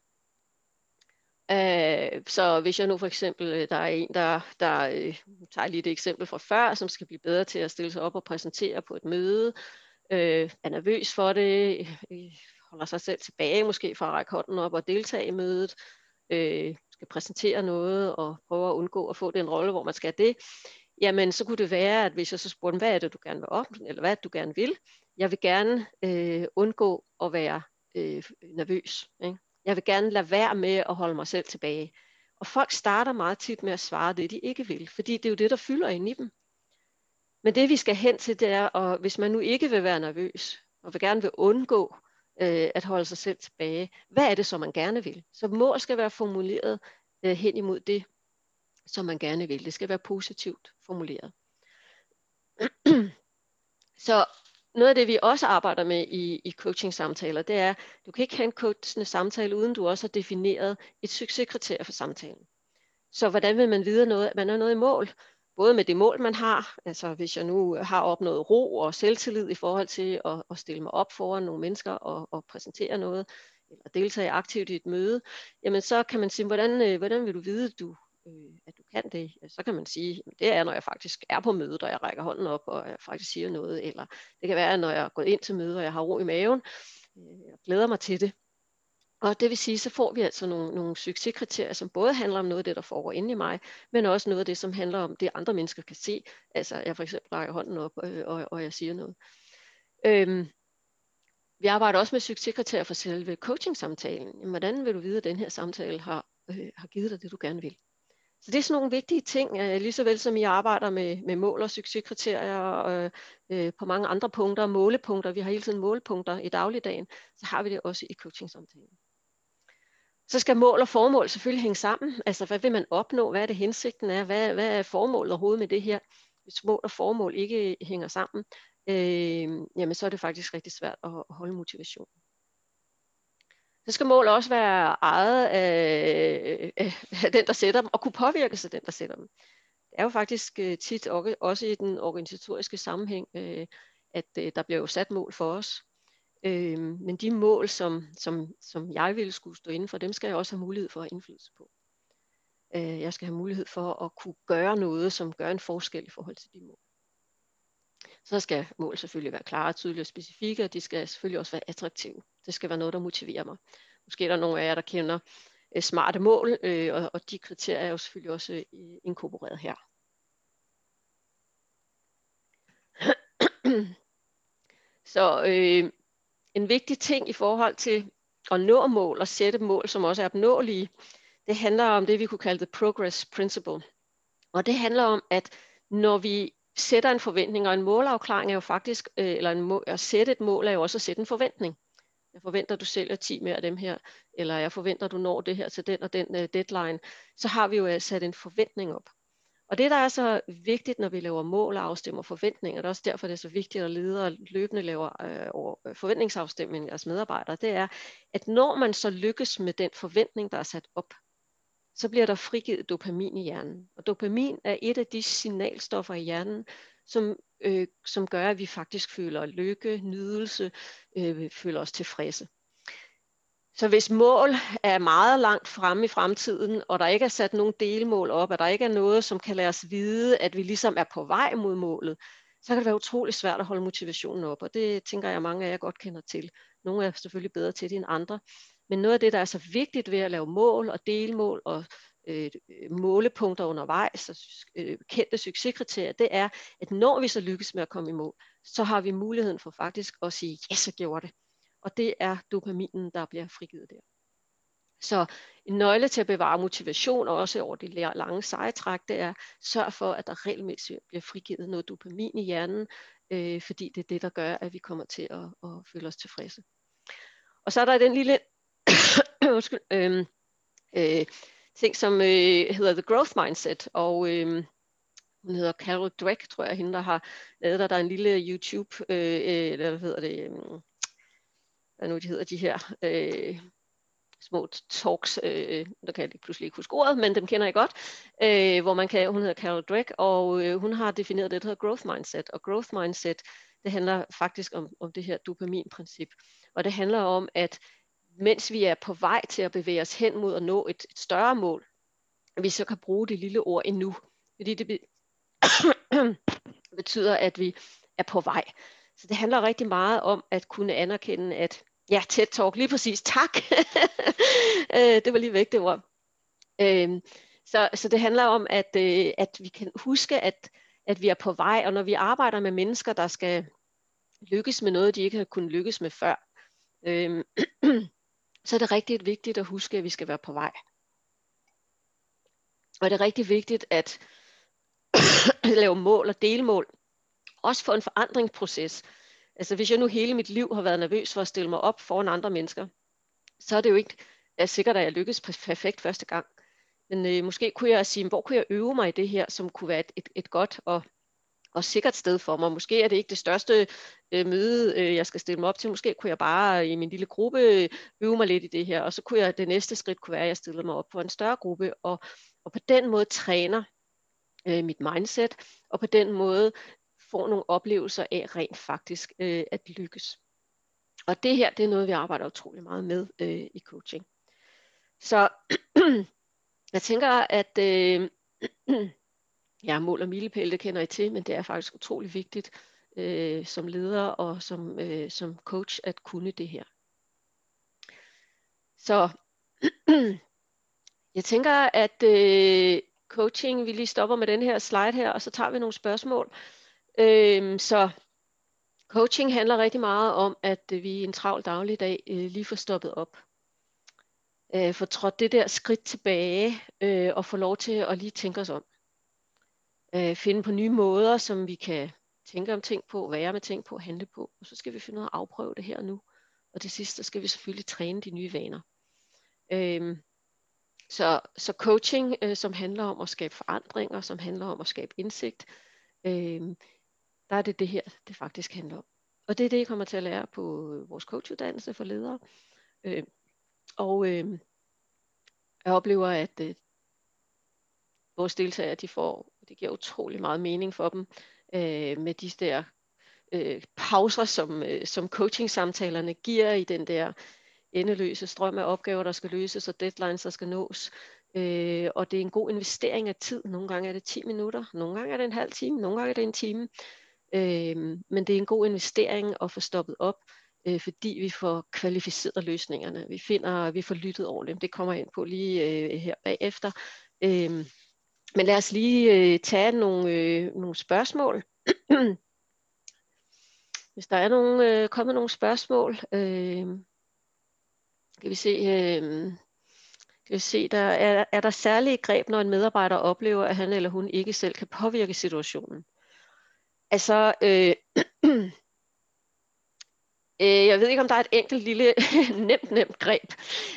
Så hvis jeg nu for eksempel, der er en, der tager lige det eksempel fra før, som skal blive bedre til at stille sig op og præsentere på et møde, er nervøs for det, holder sig selv tilbage måske fra at række hånden op og deltage i mødet, skal præsentere noget og prøve at undgå at få den rolle, hvor man skal det, jamen så kunne det være, at hvis jeg så spurgte, hvad er det, du gerne vil op, eller hvad er det, du gerne vil? Jeg vil gerne undgå at være nervøs, ikke? Jeg vil gerne lade være med at holde mig selv tilbage. Og folk starter meget tit med at svare det, de ikke vil, fordi det er jo det, der fylder ind i dem. Men det vi skal hen til, det er, og hvis man nu ikke vil være nervøs, og vil gerne vil undgå at holde sig selv tilbage, hvad er det, som man gerne vil? Så mål skal være formuleret hen imod det, som man gerne vil. Det skal være positivt formuleret. Så noget af det, vi også arbejder med i coaching-samtaler, det er, du kan ikke have en coachende samtale, uden du også har defineret et succeskriterie for samtalen. Så hvordan vil man vide noget, at man er noget i mål? Både med det mål, man har, altså hvis jeg nu har opnået ro og selvtillid i forhold til at stille mig op foran nogle mennesker og præsentere noget, eller deltage aktivt i et møde, jamen så kan man sige, hvordan vil du vide, at du kan det? Så kan man sige, at det er, når jeg faktisk er på mødet, og jeg rækker hånden op, og jeg faktisk siger noget, eller det kan være, når jeg er gået ind til mødet, og jeg har ro i maven, og glæder mig til det. Og det vil sige, så får vi altså nogle succeskriterier, som både handler om noget af det, der foregår inde i mig, men også noget af det, som handler om det, andre mennesker kan se. Altså jeg for eksempel rækker hånden op, og jeg siger noget. Vi arbejder også med succeskriterier for selve coaching-samtalen. Jamen, hvordan vil du vide, at den her samtale har givet dig det, du gerne vil? Så det er sådan nogle vigtige ting, lige så vel som I arbejder med mål og succeskriterier og på mange andre punkter, målepunkter. Vi har hele tiden målepunkter i dagligdagen, så har vi det også i coaching-samtalen. Så skal mål og formål selvfølgelig hænge sammen. Altså, hvad vil man opnå? Hvad er det hensigten er? Hvad er formålet overhovedet med det her? Hvis mål og formål ikke hænger sammen, jamen så er det faktisk rigtig svært at holde motivationen. Så skal mål også være ejet af den, der sætter dem, og kunne påvirkes af den, der sætter dem. Det er jo faktisk tit også i den organisatoriske sammenhæng, at der bliver jo sat mål for os. Men de mål, som jeg ville skulle stå inden for, dem skal jeg også have mulighed for at have indflydelse på. Jeg skal have mulighed for at kunne gøre noget, som gør en forskel i forhold til de mål. Så skal mål selvfølgelig være klare, tydelige og specifikke, og de skal selvfølgelig også være attraktive. Det skal være noget, der motiverer mig. Måske er der nogle af jer, der kender smarte mål, og de kriterier er jo selvfølgelig også inkorporeret her. Så en vigtig ting i forhold til at nå mål og sætte mål, som også er opnåelige, det handler om det, vi kunne kalde the progress principle. Og det handler om, at når vi sætter en forventning, og en målafklaring er jo faktisk, at sætte et mål er jo også at sætte en forventning. Jeg forventer, du sælger 10 mere af dem her, eller jeg forventer, du når det her til den og den deadline. Så har vi jo sat en forventning op. Og det, der er så vigtigt, når vi laver mål og afstemmer forventninger, det er også derfor, det er så vigtigt, at ledere løbende laver forventningsafstemning af deres medarbejdere, det er, at når man så lykkes med den forventning, der er sat op, så bliver der frigivet dopamin i hjernen. Og dopamin er et af de signalstoffer i hjernen, som gør, at vi faktisk føler lykke, nydelse, føler os tilfredse. Så hvis mål er meget langt fremme i fremtiden, og der ikke er sat nogen delmål op, og der ikke er noget, som kan lade os vide, at vi ligesom er på vej mod målet, så kan det være utrolig svært at holde motivationen op, og det tænker jeg, mange af jer godt kender til. Nogle er selvfølgelig bedre til det end andre. Men noget af det, der er så vigtigt ved at lave mål og delmål og målepunkter undervejs og kendte succeskriterier, det er, at når vi så lykkes med at komme i mål, så har vi muligheden for faktisk at sige, yes, jeg gjorde det. Og det er dopaminen, der bliver frigivet der. Så en nøgle til at bevare motivation, også over de lange sejtræk, det er sørg for, at der regelmæssigt bliver frigivet noget dopamin i hjernen, fordi det er det, der gør, at vi kommer til at føle os tilfredse. Og så er der den lille ting, som hedder The Growth Mindset, og hun hedder Carol Dweck, tror jeg, hende, der har lavet der er en lille YouTube, eller hvad hedder det, hvad nu de hedder, de her små talks, der kan jeg pludselig ikke huske ordet, men dem kender jeg godt, hvor hun hedder Carol Dweck, og hun har defineret det, der hedder Growth Mindset, og Growth Mindset, det handler faktisk om det her dopaminprincip, og det handler om, at mens vi er på vej til at bevæge os hen mod at nå et større mål, at vi så kan bruge det lille ord endnu, fordi det betyder, at vi er på vej. Så det handler rigtig meget om at kunne anerkende, at ja, TED Talk, lige præcis, tak. Det var lige væk, det ord. Så det handler om, at vi kan huske, at vi er på vej, og når vi arbejder med mennesker, der skal lykkes med noget, de ikke har kunnet lykkes med før, så er det rigtig vigtigt at huske, at vi skal være på vej. Og det er rigtig vigtigt at lave mål og delmål, også for en forandringsproces. Altså hvis jeg nu hele mit liv har været nervøs for at stille mig op foran andre mennesker, så er det jo ikke sikkert, at jeg lykkes perfekt første gang. Men måske kunne jeg sige, hvor kunne jeg øve mig i det her, som kunne være et godt og sikkert sted for mig. Måske er det ikke det største møde, jeg skal stille mig op til. Måske kunne jeg bare i min lille gruppe øve mig lidt i det her, og så kunne jeg, det næste skridt kunne være, at jeg stillede mig op på en større gruppe, og på den måde træner mit mindset, og på den måde får nogle oplevelser af rent faktisk at lykkes. Og det her, det er noget, vi arbejder utrolig meget med i coaching. Så jeg tænker, at ja, mål og milepæle, det kender I til, men det er faktisk utrolig vigtigt som leder og som coach at kunne det her. Så jeg tænker, at coaching, vi lige stopper med den her slide her, og så tager vi nogle spørgsmål. Så Coaching handler rigtig meget om, at vi i en travl dagligdag lige får stoppet op. Får trådt det der skridt tilbage og få lov til at lige tænke os om. Finde på nye måder, som vi kan tænke om ting på, være med ting på, handle på. Og så skal vi finde ud af at afprøve det her og nu. Og til sidst, så skal vi selvfølgelig træne de nye vaner. Så coaching, som handler om at skabe forandringer, som handler om at skabe indsigt, der er det her, det faktisk handler om. Og det er det, I kommer til at lære på vores coachuddannelse for ledere. Jeg oplever, at vores deltagere, det giver utrolig meget mening for dem, med de der pauser, som coaching-samtalerne giver i den der endeløse strøm af opgaver, der skal løses, og deadlines, der skal nås. Og det er en god investering af tid. Nogle gange er det 10 minutter, nogle gange er det en halv time, nogle gange er det en time. Men det er en god investering at få stoppet op, fordi vi får kvalificeret løsningerne. Vi får lyttet ordentligt. Det kommer jeg ind på lige her bagefter. Men lad os lige tage nogle spørgsmål. Hvis der er kommet nogle spørgsmål, kan vi se, der er der særlige greb, når en medarbejder oplever, at han eller hun ikke selv kan påvirke situationen. Altså, jeg ved ikke, om der er et enkelt lille nemt greb,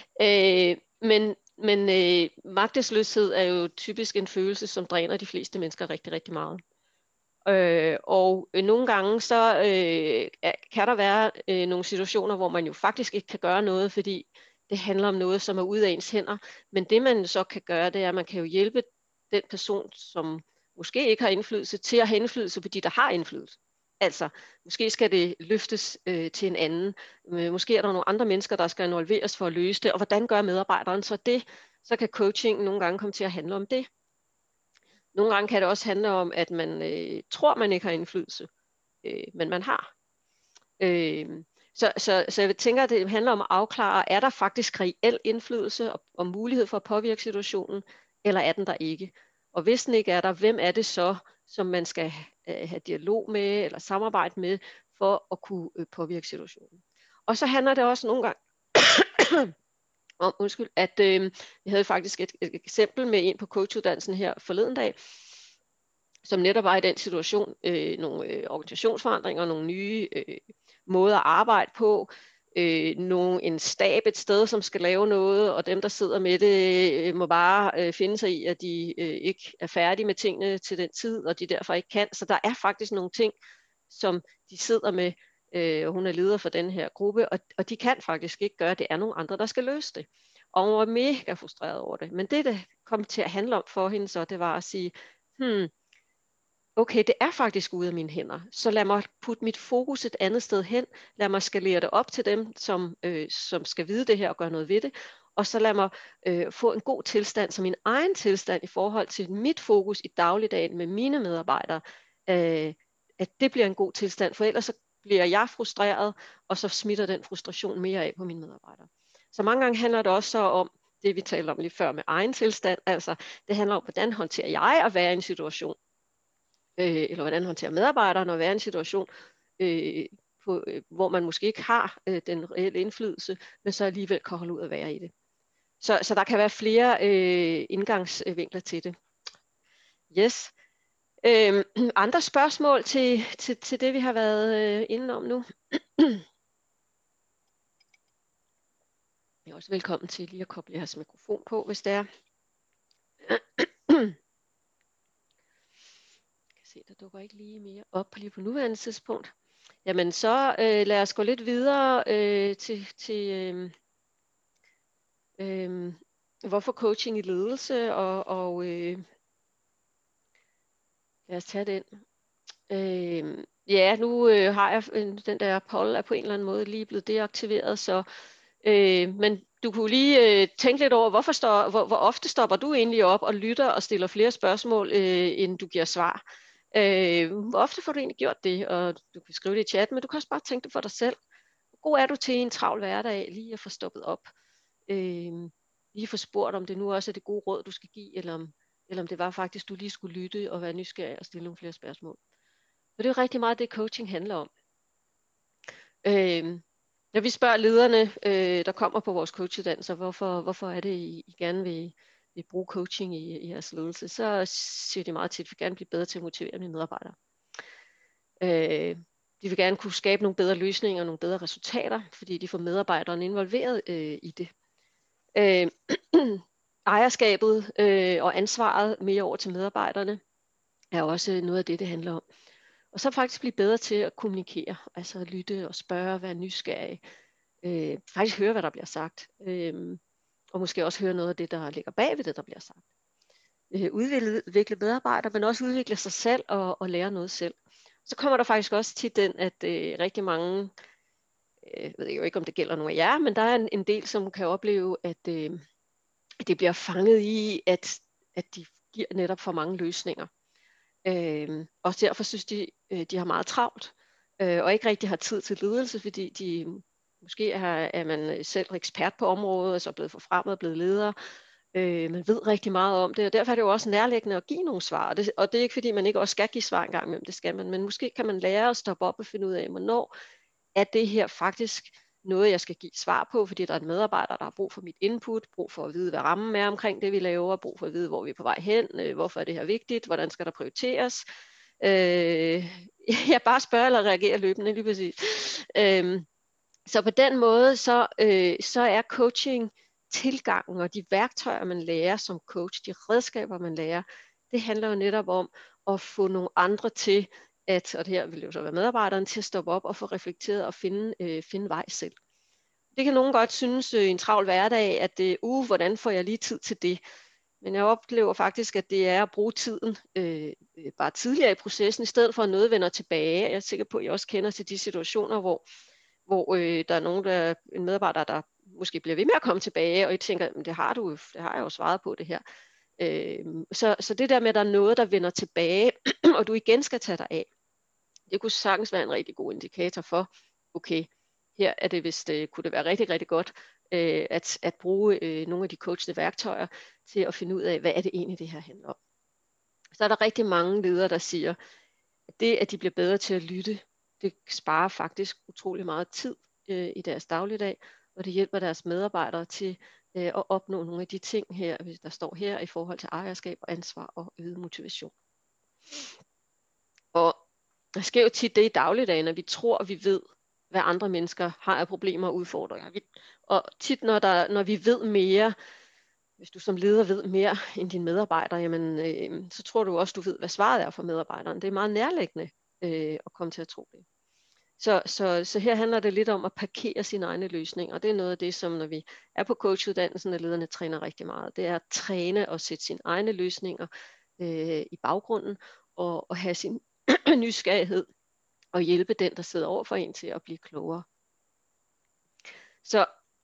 men magtesløshed er jo typisk en følelse, som dræner de fleste mennesker rigtig, rigtig meget. Og nogle gange så kan der være nogle situationer, hvor man jo faktisk ikke kan gøre noget, fordi det handler om noget, som er ude af ens hænder. Men det man så kan gøre, det er, at man kan jo hjælpe den person, som måske ikke har indflydelse, til at have indflydelse på de, der har indflydelse. Altså, måske skal det løftes til en anden. Måske er der nogle andre mennesker, der skal involveres for at løse det. Og hvordan gør medarbejderen så det? Så kan coaching nogle gange komme til at handle om det. Nogle gange kan det også handle om, at man tror, man ikke har indflydelse, men man har. Så jeg tænker, at det handler om at afklare, er der faktisk reel indflydelse og mulighed for at påvirke situationen, eller er den der ikke? Og hvis den ikke er der, hvem er det så, som man skal have dialog med eller samarbejde med, for at kunne påvirke situationen? Og så handler det også nogle gange om, at jeg havde faktisk et eksempel med en på coachuddannelsen her forleden dag, som netop var i den situation, nogle organisationsforandringer, nogle nye måder at arbejde på, en stab et sted, som skal lave noget, og dem, der sidder med det, må bare finde sig i, at de ikke er færdige med tingene til den tid, og de derfor ikke kan. Så der er faktisk nogle ting, som de sidder med, og hun er leder for den her gruppe, og de kan faktisk ikke gøre, det er nogle andre, der skal løse det. Og hun var mega frustreret over det. Men det kom til at handle om for hende, så det var at sige, okay, det er faktisk ude af mine hænder, så lad mig putte mit fokus et andet sted hen, lad mig skalere det op til dem, som skal vide det her og gøre noget ved det, og så lad mig få en god tilstand, som min egen tilstand i forhold til mit fokus i dagligdagen med mine medarbejdere, at det bliver en god tilstand, for ellers så bliver jeg frustreret, og så smitter den frustration mere af på mine medarbejdere. Så mange gange handler det også så om, det vi talte om lige før med egen tilstand, altså det handler om, hvordan håndterer jeg at være i en situation, eller hvordan håndterer medarbejderne at være i en situation, hvor man måske ikke har den reelle indflydelse, men så alligevel kan holde ud at være i det. Så der kan være flere indgangsvinkler til det. Yes. Andre spørgsmål til det, vi har været inde om nu? Jeg er også velkommen til lige at koble jeres mikrofon på, hvis det er. Se, der dukker ikke lige mere op lige på nuværende tidspunkt. Jamen så lad os gå lidt videre til hvorfor coaching i ledelse, og lad os tage den. Ja, nu har jeg den der poll er på en eller anden måde lige blevet deaktiveret, så men du kunne lige tænke lidt over, hvor ofte stopper du egentlig op og lytter og stiller flere spørgsmål, end du giver svar. Hvor ofte får du egentlig gjort det? Og du kan skrive det i chat, men du kan også bare tænke det for dig selv. Hvor god er du til en travl hverdag lige at få stoppet op? Lige få spurgt, om det nu også er det gode råd, du skal give, eller om det var faktisk, du lige skulle lytte og være nysgerrig og stille nogle flere spørgsmål. For det er jo rigtig meget det, coaching handler om. Når vi spørger lederne, der kommer på vores coachuddannelser, hvorfor er det, I gerne vil bruge coaching i jeres ledelse, så siger de meget tit, at vi gerne vil blive bedre til at motivere mine medarbejdere. De vil gerne kunne skabe nogle bedre løsninger og nogle bedre resultater, fordi de får medarbejderne involveret i det. Ejerskabet og ansvaret mere over til medarbejderne er også noget af det handler om. Og så faktisk blive bedre til at kommunikere, altså at lytte og spørge, være nysgerrig, faktisk høre, hvad der bliver sagt, og måske også høre noget af det, der ligger bag ved det, der bliver sagt. Udvikle medarbejdere, men også udvikle sig selv og lære noget selv. Så kommer der faktisk også tit den, at rigtig mange, jeg ved jo ikke, om det gælder nogle af jer, men der er en del, som kan opleve, at det bliver fanget i, at de giver netop for mange løsninger. Og derfor synes de har meget travlt, og ikke rigtig har tid til ledelse, fordi de måske er man selv ekspert på området, og så er blevet forfremmet og blevet leder. Man ved rigtig meget om det, og derfor er det jo også nærliggende at give nogle svar. Og det er ikke fordi, man ikke også skal give svar engang imellem, det skal man, men måske kan man lære at stoppe op og finde ud af, hvornår er det her faktisk noget, jeg skal give svar på, fordi der er en medarbejder, der har brug for mit input, brug for at vide, hvad rammen er omkring det, vi laver, brug for at vide, hvor vi er på vej hen, hvorfor er det her vigtigt, hvordan skal der prioriteres. Jeg bare spørger eller reagerer løbende, lige præcis. Så på den måde, så er coaching tilgangen og de værktøjer, man lærer som coach, de redskaber, man lærer, det handler jo netop om at få nogle andre til, og det her vil jo så være medarbejderen, til at stoppe op og få reflekteret og finde vej selv. Det kan nogen godt synes i en travl hverdag, at hvordan får jeg lige tid til det? Men jeg oplever faktisk, at det er at bruge tiden bare tidligere i processen, i stedet for at noget vender tilbage. Jeg er sikker på, at I også kender til de situationer, hvor der er en medarbejder, der måske bliver ved med at komme tilbage, og I tænker, det har jeg jo svaret på det her. Så det der med, at der er noget, der vender tilbage, og du igen skal tage dig af, det kunne sagtens være en rigtig god indikator for, okay, her er det vist, kunne det være rigtig, rigtig godt, at bruge nogle af de coachende værktøjer til at finde ud af, hvad er det egentlig, det her handler om. Så er der rigtig mange ledere, der siger, at det, at de bliver bedre til at lytte, det sparer faktisk utrolig meget tid i deres dagligdag, og det hjælper deres medarbejdere til at opnå nogle af de ting her, der står her i forhold til ejerskab og ansvar og øget motivation. Og der sker jo tit det i dagligdagen, at vi tror, at vi ved, hvad andre mennesker har af problemer og udfordringer. Og tit, når vi ved mere, hvis du som leder ved mere end dine medarbejdere, jamen, så tror du også, du ved, hvad svaret er for medarbejderen. Det er meget nærliggende at komme til at tro det. Så her handler det lidt om at parkere sine egne løsninger, og det er noget af det, som når vi er på coachuddannelsen, at lederne træner rigtig meget. Det er at træne og sætte sine egne løsninger i baggrunden, og have sin nysgerrighed, og hjælpe den, der sidder over for en, til at blive klogere. Så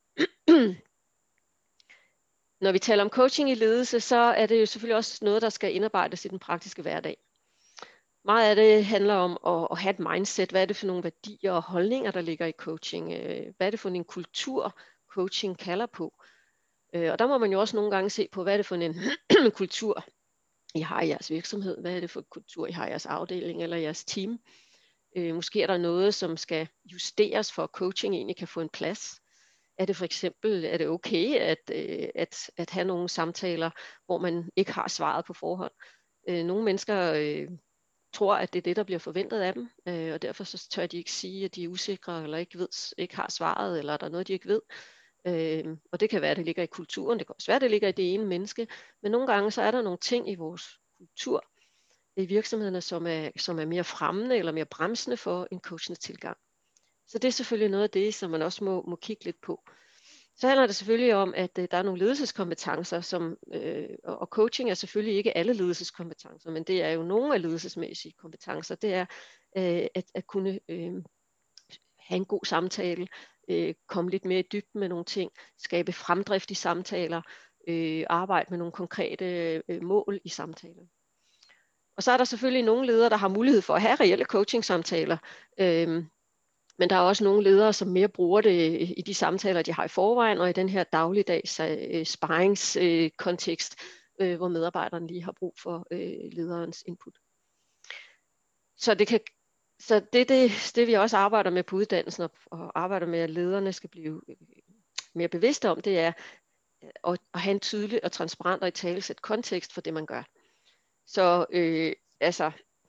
når vi taler om coaching i ledelse, så er det jo selvfølgelig også noget, der skal indarbejdes i den praktiske hverdag. Meget af det handler om at have et mindset. Hvad er det for nogle værdier og holdninger, der ligger i coaching? Hvad er det for en kultur, coaching kalder på? Og der må man jo også nogle gange se på, hvad er det for en kultur, I har i jeres virksomhed? Hvad er det for en kultur, I har i jeres afdeling eller jeres team? Måske er der noget, som skal justeres, for at coaching egentlig kan få en plads. Er det for eksempel, er det okay at have nogle samtaler, hvor man ikke har svaret på forhånd? Nogle mennesker tror, at det er det, der bliver forventet af dem, og derfor så tør de ikke sige, at de er usikre, eller ikke har svaret, eller der er noget, de ikke ved. Og det kan være, at det ligger i kulturen, det kan også være, at det ligger i det ene menneske, men nogle gange så er der nogle ting i vores kultur, i virksomhederne, som er mere fremmende eller mere bremsende for en coachende tilgang. Så det er selvfølgelig noget af det, som man også må kigge lidt på. Så handler det selvfølgelig om, at der er nogle ledelseskompetencer, og coaching er selvfølgelig ikke alle ledelseskompetencer, men det er jo nogle af ledelsesmæssige kompetencer. Det er at kunne have en god samtale, komme lidt mere i dybden med nogle ting, skabe fremdrift i samtaler, arbejde med nogle konkrete mål i samtaler. Og så er der selvfølgelig nogle ledere, der har mulighed for at have reelle coaching-samtaler, men der er også nogle ledere, som mere bruger det i de samtaler, de har i forvejen, og i den her dagligdags sparringskontekst, hvor medarbejderen lige har brug for lederens input. Så så det vi også arbejder med på uddannelsen og arbejder med, at lederne skal blive mere bevidste om, det er at have en tydelig og transparent og italesæt kontekst for det, man gør. Så altså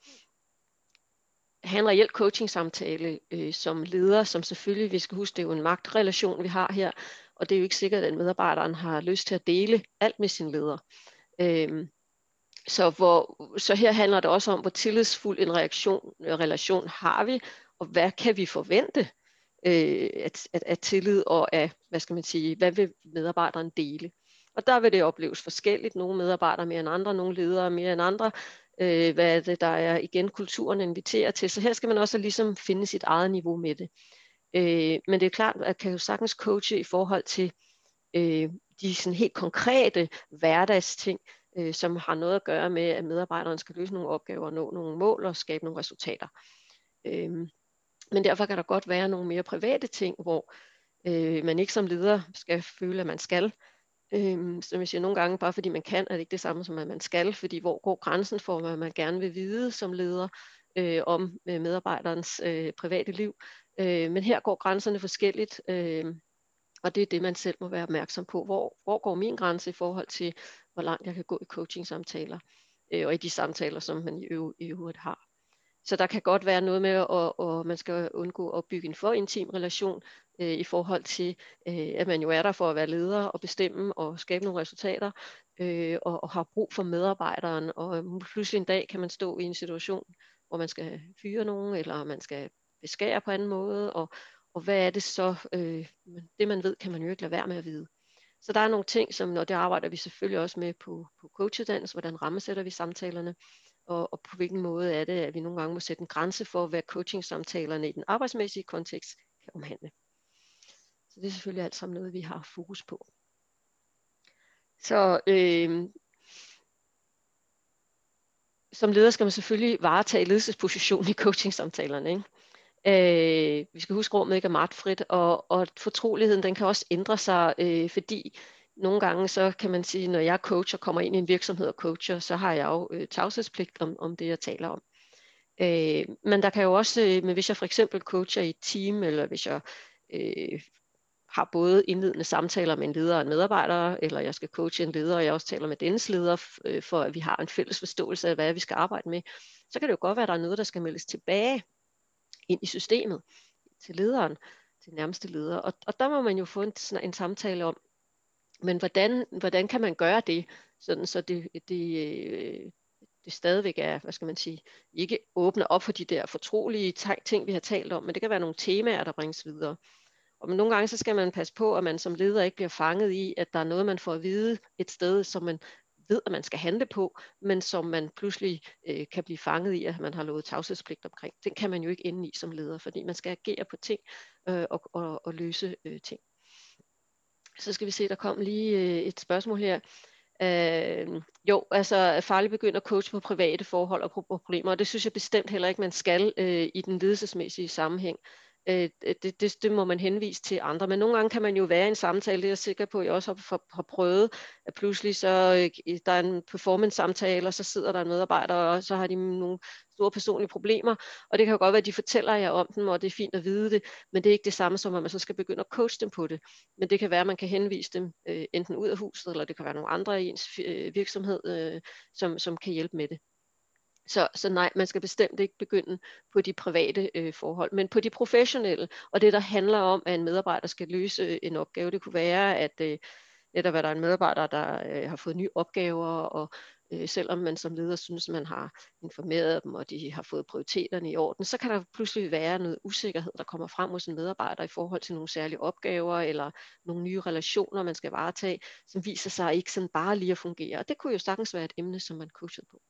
have en reel coaching-samtale som leder, som selvfølgelig, vi skal huske, det er jo en magtrelation, vi har her, og det er jo ikke sikkert, at medarbejderen har lyst til at dele alt med sin leder. Så her handler det også om, hvor tillidsfuld en relation har vi, og hvad kan vi forvente af tillid, og af, hvad skal man sige, hvad vil medarbejderen dele? Og der vil det opleves forskelligt. Nogle medarbejdere mere end andre, nogle ledere mere end andre. Hvad er det, der er igen kulturen inviterer til? Så her skal man også ligesom finde sit eget niveau med det. Men det er klart, at kan jo sagtens coache i forhold til de sådan helt konkrete hverdagsting, som har noget at gøre med, at medarbejderen skal løse nogle opgaver, nå nogle mål og skabe nogle resultater. Men derfor kan der godt være nogle mere private ting, hvor man ikke som leder skal føle, at man skal. Som jeg siger, nogle gange, bare fordi man kan, er det ikke det samme som, at man skal, fordi hvor går grænsen for, hvad man gerne vil vide som leder om medarbejderens private liv. Men her går grænserne forskelligt, og det er det, man selv må være opmærksom på. Hvor går min grænse i forhold til, hvor langt jeg kan gå i coaching-samtaler, og i de samtaler, som man i øvrigt har. Så der kan godt være noget med, at man skal undgå at bygge en for intim relation i forhold til, at man jo er der for at være leder og bestemme og skabe nogle resultater, og har brug for medarbejderen. Og pludselig en dag kan man stå i en situation, hvor man skal fyre nogen, eller man skal beskære på anden måde, og hvad er det så? Det man ved, kan man jo ikke lade være med at vide. Så der er nogle ting, som, og det arbejder vi selvfølgelig også med på coachuddannelse, hvordan rammesætter vi samtalerne, og på hvilken måde er det, at vi nogle gange må sætte en grænse for, hvad coaching-samtalerne i den arbejdsmæssige kontekst kan omhandle. Så det er selvfølgelig alt sammen noget, vi har fokus på. Så som leder skal man selvfølgelig varetage ledelsespositionen i coaching-samtalerne, ikke? Vi skal huske, at rummet ikke er martfrit, og fortroligheden den kan også ændre sig, fordi nogle gange så kan man sige, når jeg coacher, kommer ind i en virksomhed og coacher, så har jeg jo tavshedspligt om det, jeg taler om. Men der kan jo også, men hvis jeg for eksempel coacher i et team, eller hvis jeg har både indledende samtaler med en leder og en medarbejder, eller jeg skal coache en leder, og jeg også taler med dennes leder, for at vi har en fælles forståelse af, hvad vi skal arbejde med, så kan det jo godt være, at der er noget, der skal meldes tilbage ind i systemet, til lederen, til nærmeste leder. Og der må man jo få en samtale om, men hvordan kan man gøre det, sådan så det stadigvæk er, hvad skal man sige, ikke åbner op for de der fortrolige ting, vi har talt om, men det kan være nogle temaer, der bringes videre. Og nogle gange så skal man passe på, at man som leder ikke bliver fanget i, at der er noget, man får at vide et sted, som man ved, at man skal handle på, men som man pludselig kan blive fanget i, at man har lovet tavshedspligt omkring. Det kan man jo ikke ende i som leder, fordi man skal agere på ting og løse ting. Så skal vi se, der kom lige et spørgsmål her. Jo, altså farligt begynder at coache på private forhold og på problemer, og det synes jeg bestemt heller ikke, man skal i den ledelsesmæssige sammenhæng. Det må man henvise til andre, men nogle gange kan man jo være i en samtale, det er jeg sikker på, at jeg også har prøvet, at pludselig så der er en performance-samtale, og så sidder der en medarbejder, og så har de nogle store personlige problemer, og det kan jo godt være, at de fortæller jer om dem, og det er fint at vide det, men det er ikke det samme som, at man så skal begynde at coache dem på det. Men det kan være, at man kan henvise dem enten ud af huset, eller det kan være nogle andre i ens virksomhed, som kan hjælpe med det. Så nej, man skal bestemt ikke begynde på de private forhold, men på de professionelle, og det der handler om, at en medarbejder skal løse en opgave. Det kunne være, at netop der er en medarbejder, der har fået nye opgaver, og selvom man som leder synes, man har informeret dem, og de har fået prioriteterne i orden, så kan der pludselig være noget usikkerhed, der kommer frem hos en medarbejder i forhold til nogle særlige opgaver, eller nogle nye relationer, man skal varetage, som viser sig ikke sådan bare lige at fungere. Og det kunne jo sagtens være et emne, som man coachede på.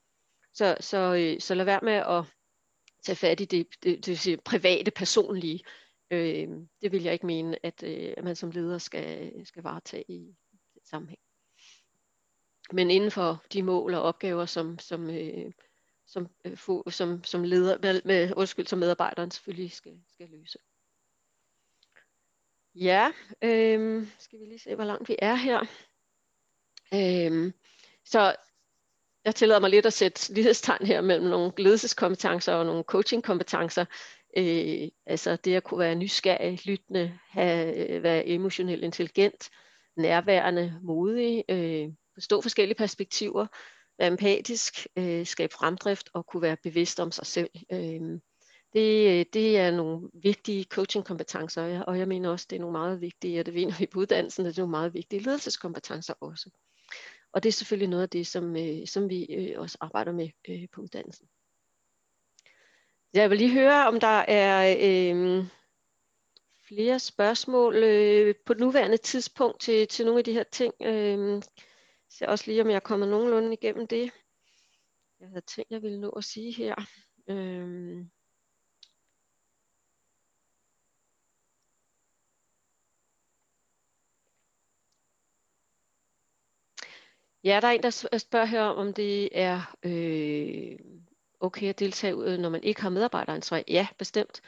Så lad være med at tage fat i det private, personlige. Det vil jeg ikke mene, at man som leder skal varetage i den sammenhæng. Men inden for de mål og opgaver, som leder, som medarbejderen selvfølgelig skal løse. Ja, skal vi lige se, hvor langt vi er her. Så jeg tillader mig lidt at sætte lighedstegn her mellem nogle ledelseskompetencer og nogle coachingkompetencer. Altså det at kunne være nysgerrig, lyttende, være emotionelt intelligent, nærværende, modig, forstå forskellige perspektiver, være empatisk, skabe fremdrift og kunne være bevidst om sig selv. Det er nogle vigtige coachingkompetencer, og jeg mener også, det er nogle meget vigtige, og det mener vi på uddannelsen, det er nogle meget vigtige ledelseskompetencer også. Og det er selvfølgelig noget af det, som vi også arbejder med på uddannelsen. Jeg vil lige høre, om der er flere spørgsmål på det nuværende tidspunkt til nogle af de her ting. Så også lige, om jeg er kommet nogenlunde igennem det. Jeg havde tænkt, jeg ville nå at sige her. Ja, der er en, der spørger her, om det er okay at deltage, når man ikke har medarbejderansvar. Ja, bestemt.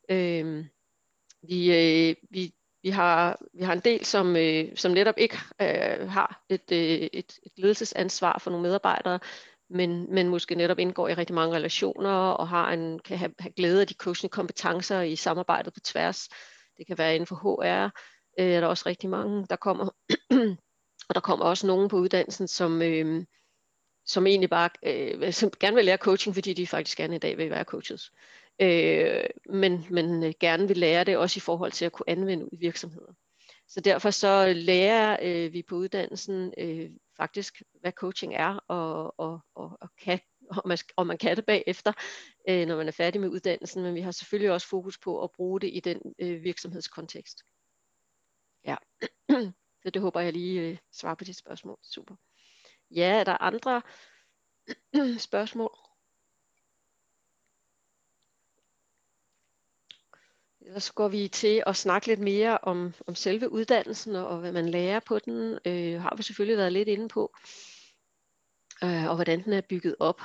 Vi har en del, som netop ikke har et ledelsesansvar for nogle medarbejdere, men måske netop indgår i rigtig mange relationer og kan have glæde af de coaching kompetencer i samarbejdet på tværs. Det kan være inden for HR. Er der også rigtig mange, der kommer. Og der kommer også nogen på uddannelsen, som egentlig bare som gerne vil lære coaching, fordi de faktisk gerne i dag vil være coaches. Men gerne vil lære det også i forhold til at kunne anvende ud i virksomheder. Så derfor så lærer vi på uddannelsen faktisk, hvad coaching er, og man kan det bagefter, når man er færdig med uddannelsen. Men vi har selvfølgelig også fokus på at bruge det i den virksomhedskontekst. Ja. Så det håber jeg lige svarer på dit spørgsmål. Super. Ja, er der andre spørgsmål? Ellers går vi til at snakke lidt mere om selve uddannelsen og hvad man lærer på den. Har vi selvfølgelig været lidt inde på. Og hvordan den er bygget op.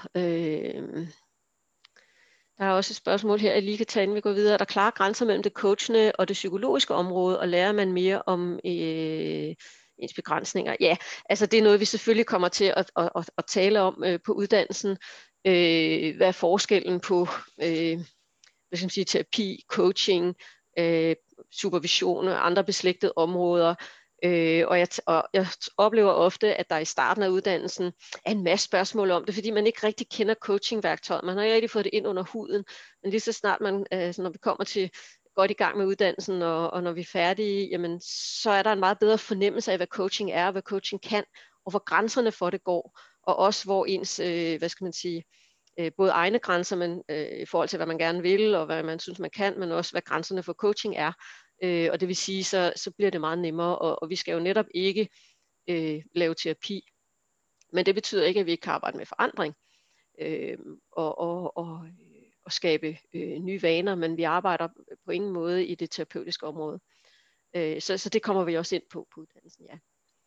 Der er også et spørgsmål her, jeg lige kan tage, inden vi går videre. Er der klare grænser mellem det coachende og det psykologiske område, og lærer man mere om ens begrænsninger? Ja, altså det er noget, vi selvfølgelig kommer til at tale om på uddannelsen. Hvad er forskellen på hvad skal man sige, terapi, coaching, supervision og andre beslægtede områder? Og jeg oplever ofte, at der i starten af uddannelsen er en masse spørgsmål om det, fordi man ikke rigtig kender coachingværktøjet. Man har ikke rigtig fået det ind under huden. Men lige så snart når vi kommer til godt i gang med uddannelsen, og når vi er færdige, jamen, så er der en meget bedre fornemmelse af, hvad coaching er, og hvad coaching kan, og hvor grænserne for det går, og også hvor ens, hvad skal man sige, både egne grænser, men i forhold til, hvad man gerne vil, og hvad man synes, man kan, men også, hvad grænserne for coaching er. Og det vil sige, så bliver det meget nemmere, og vi skal jo netop ikke lave terapi. Men det betyder ikke, at vi ikke kan arbejde med forandring og skabe nye vaner, men vi arbejder på ingen måde i det terapeutiske område. Så det kommer vi også ind på uddannelsen, ja.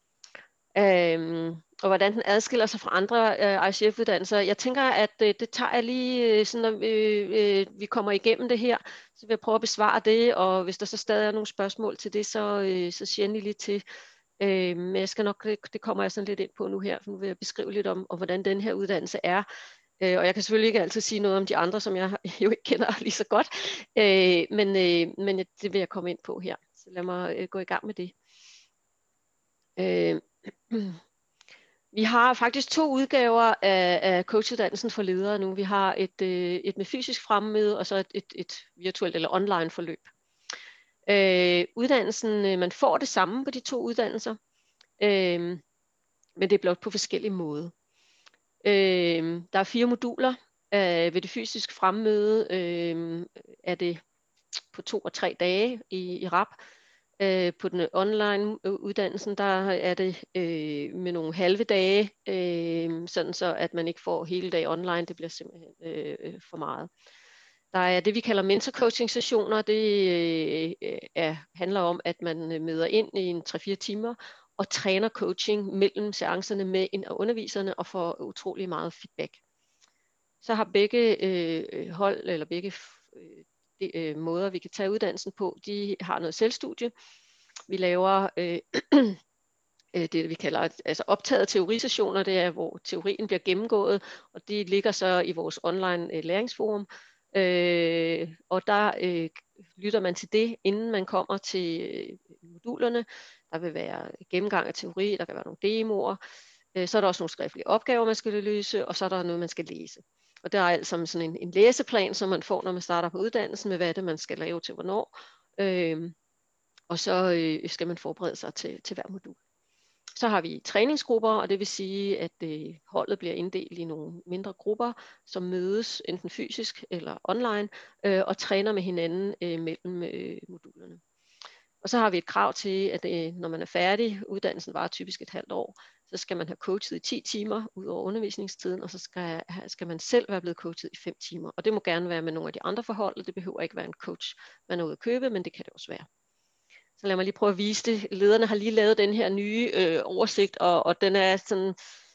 Og hvordan den adskiller sig fra andre ICF-uddannelser. Jeg tænker, at det tager jeg lige, sådan, når vi kommer igennem det her, så vil jeg prøve at besvare det, og hvis der så stadig er nogle spørgsmål til det, så siger jeg lige til. Men jeg skal nok, det kommer jeg sådan lidt ind på nu her, for nu vil jeg beskrive lidt om hvordan den her uddannelse er. Og jeg kan selvfølgelig ikke altid sige noget om de andre, som jeg jo ikke kender lige så godt, men det vil jeg komme ind på her. Så lad mig gå i gang med det. Vi har faktisk 2 udgaver af coachuddannelsen for ledere nu. Vi har et med fysisk fremmøde, og så et virtuelt eller online forløb. Uddannelsen, man får det samme på de 2 uddannelser, men det er blot på forskellige måder. Der er 4 moduler. Ved det fysiske fremmøde er det på 2 og 3 dage i RAP. På den online uddannelsen, der er det med nogle halve dage, sådan så at man ikke får hele dag online. Det bliver simpelthen for meget. Der er det, vi kalder mentorcoaching sessioner. Det handler om, at man møder ind i en 3-4 timer og træner coaching mellem seancerne med underviserne og får utrolig meget feedback. Så har begge hold, eller begge måder, vi kan tage uddannelsen på, de har noget selvstudie. Vi laver det vi kalder altså optaget teorisessioner, det er, hvor teorien bliver gennemgået, og de ligger så i vores online læringsforum. Og der lytter man til det, inden man kommer til modulerne. Der vil være gennemgang af teori, der kan være nogle demoer, så er der også nogle skriftlige opgaver, man skal løse, og så er der noget, man skal læse. Og der er alt sammen sådan en læseplan, som man får, når man starter på uddannelsen, med hvad det man skal lave til hvornår. Og så skal man forberede sig til hver modul. Så har vi træningsgrupper, og det vil sige, at holdet bliver inddelt i nogle mindre grupper, som mødes enten fysisk eller online, og træner med hinanden mellem modulerne. Og så har vi et krav til, at når man er færdig, uddannelsen varer typisk et halvt år, så skal man have coachet i 10 timer ud over undervisningstiden, og så skal man selv være blevet coachet i 5 timer. Og det må gerne være med nogle af de andre forhold, det behøver ikke være en coach, man er ude at købe, men det kan det også være. Så lad mig lige prøve at vise det. Lederne har lige lavet den her nye oversigt, og den er sådan,